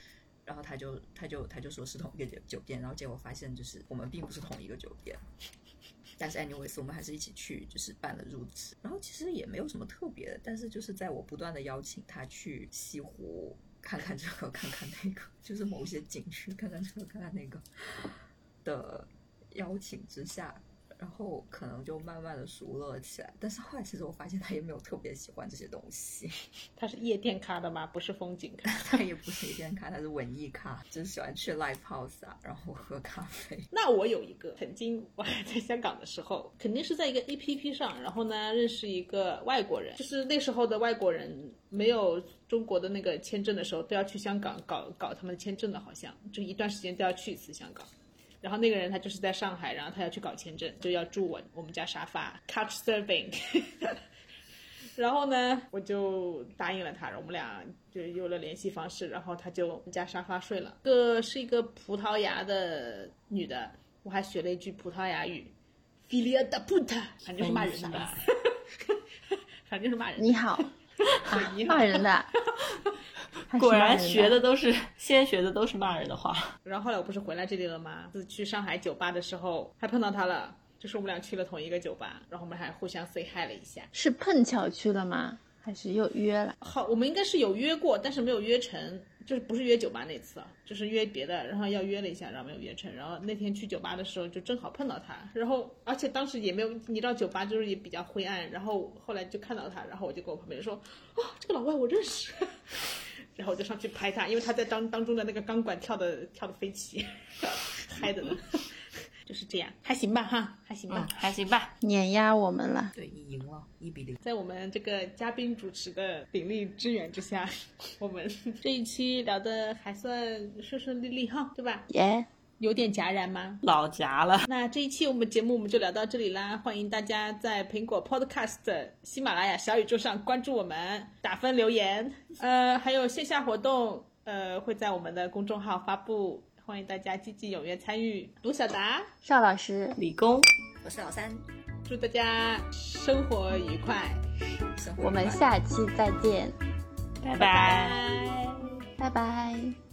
然后他就说是同一个酒店，然后结果发现就是我们并不是同一个酒店。但是 anyways 我们还是一起去就是办了入职，然后其实也没有什么特别的，但是就是在我不断的邀请他去西湖看看这个看看那个，就是某些景区看看这个看看那个的邀请之下，然后可能就慢慢的熟络起来。但是后来其实我发现他也没有特别喜欢这些东西。 他是夜店咖的吗？不是风景咖。 他也不是夜店咖，他是文艺咖，就是喜欢去 live house 啊，然后喝咖啡。 那我有一个，曾经我还在香港的时候，肯定是在一个 APP 上，然后呢认识一个外国人，就是那时候的外国人没有中国的那个签证的时候，都要去香港搞他们的签证的，好像就一段时间都要去一次香港。然后那个人他就是在上海，然后他要去搞签证，就要住我们家沙发 couch surfing 然后呢我就答应了他，然后我们俩就有了联系方式，然后他就我们家沙发睡了。是一个葡萄牙的女的，我还学了一句葡萄牙语 Filha da puta， 反正是骂人的反正是骂人的。 你好你好骂人的果然学的都是先学的都是骂人的话。 然后后来我不是回来这里了吗？去上海酒吧的时候还碰到他了，就是我们俩去了同一个酒吧，然后我们还互相 say hi 了一下。 是碰巧去了吗？还是又约了？ 好，我们应该是有约过，但是没有约成，就是不是约酒吧那次啊，就是约别的，然后要约了一下，然后没有约成。然后那天去酒吧的时候就正好碰到他，然后而且当时也没有，你知道酒吧就是也比较灰暗，然后后来就看到他，然后我就跟我旁边人说，哦，这个老外我认识。然后我就上去拍他，因为他在当中的那个钢管跳的飞起，嗨的呢。就是这样，还行吧哈，还行吧， 还行吧， 碾压我们了。 对，赢了1-0。 在我们这个嘉宾主持的鼎力支援之下，我们这一期聊的还算顺顺利利哈，对吧？ 耶、 有点戛然吗？ 老夹了。 那这一期我们节目我们就聊到这里啦，欢迎大家在苹果 Podcast、喜马拉雅、小宇宙上关注我们，打分留言。还有线下活动，会在我们的公众号发布。欢迎大家积极踊跃参与。卢小达、 邵老师、 理工， 我是老三， 祝大家生活愉快， 我们下期再见， 拜拜。 拜拜。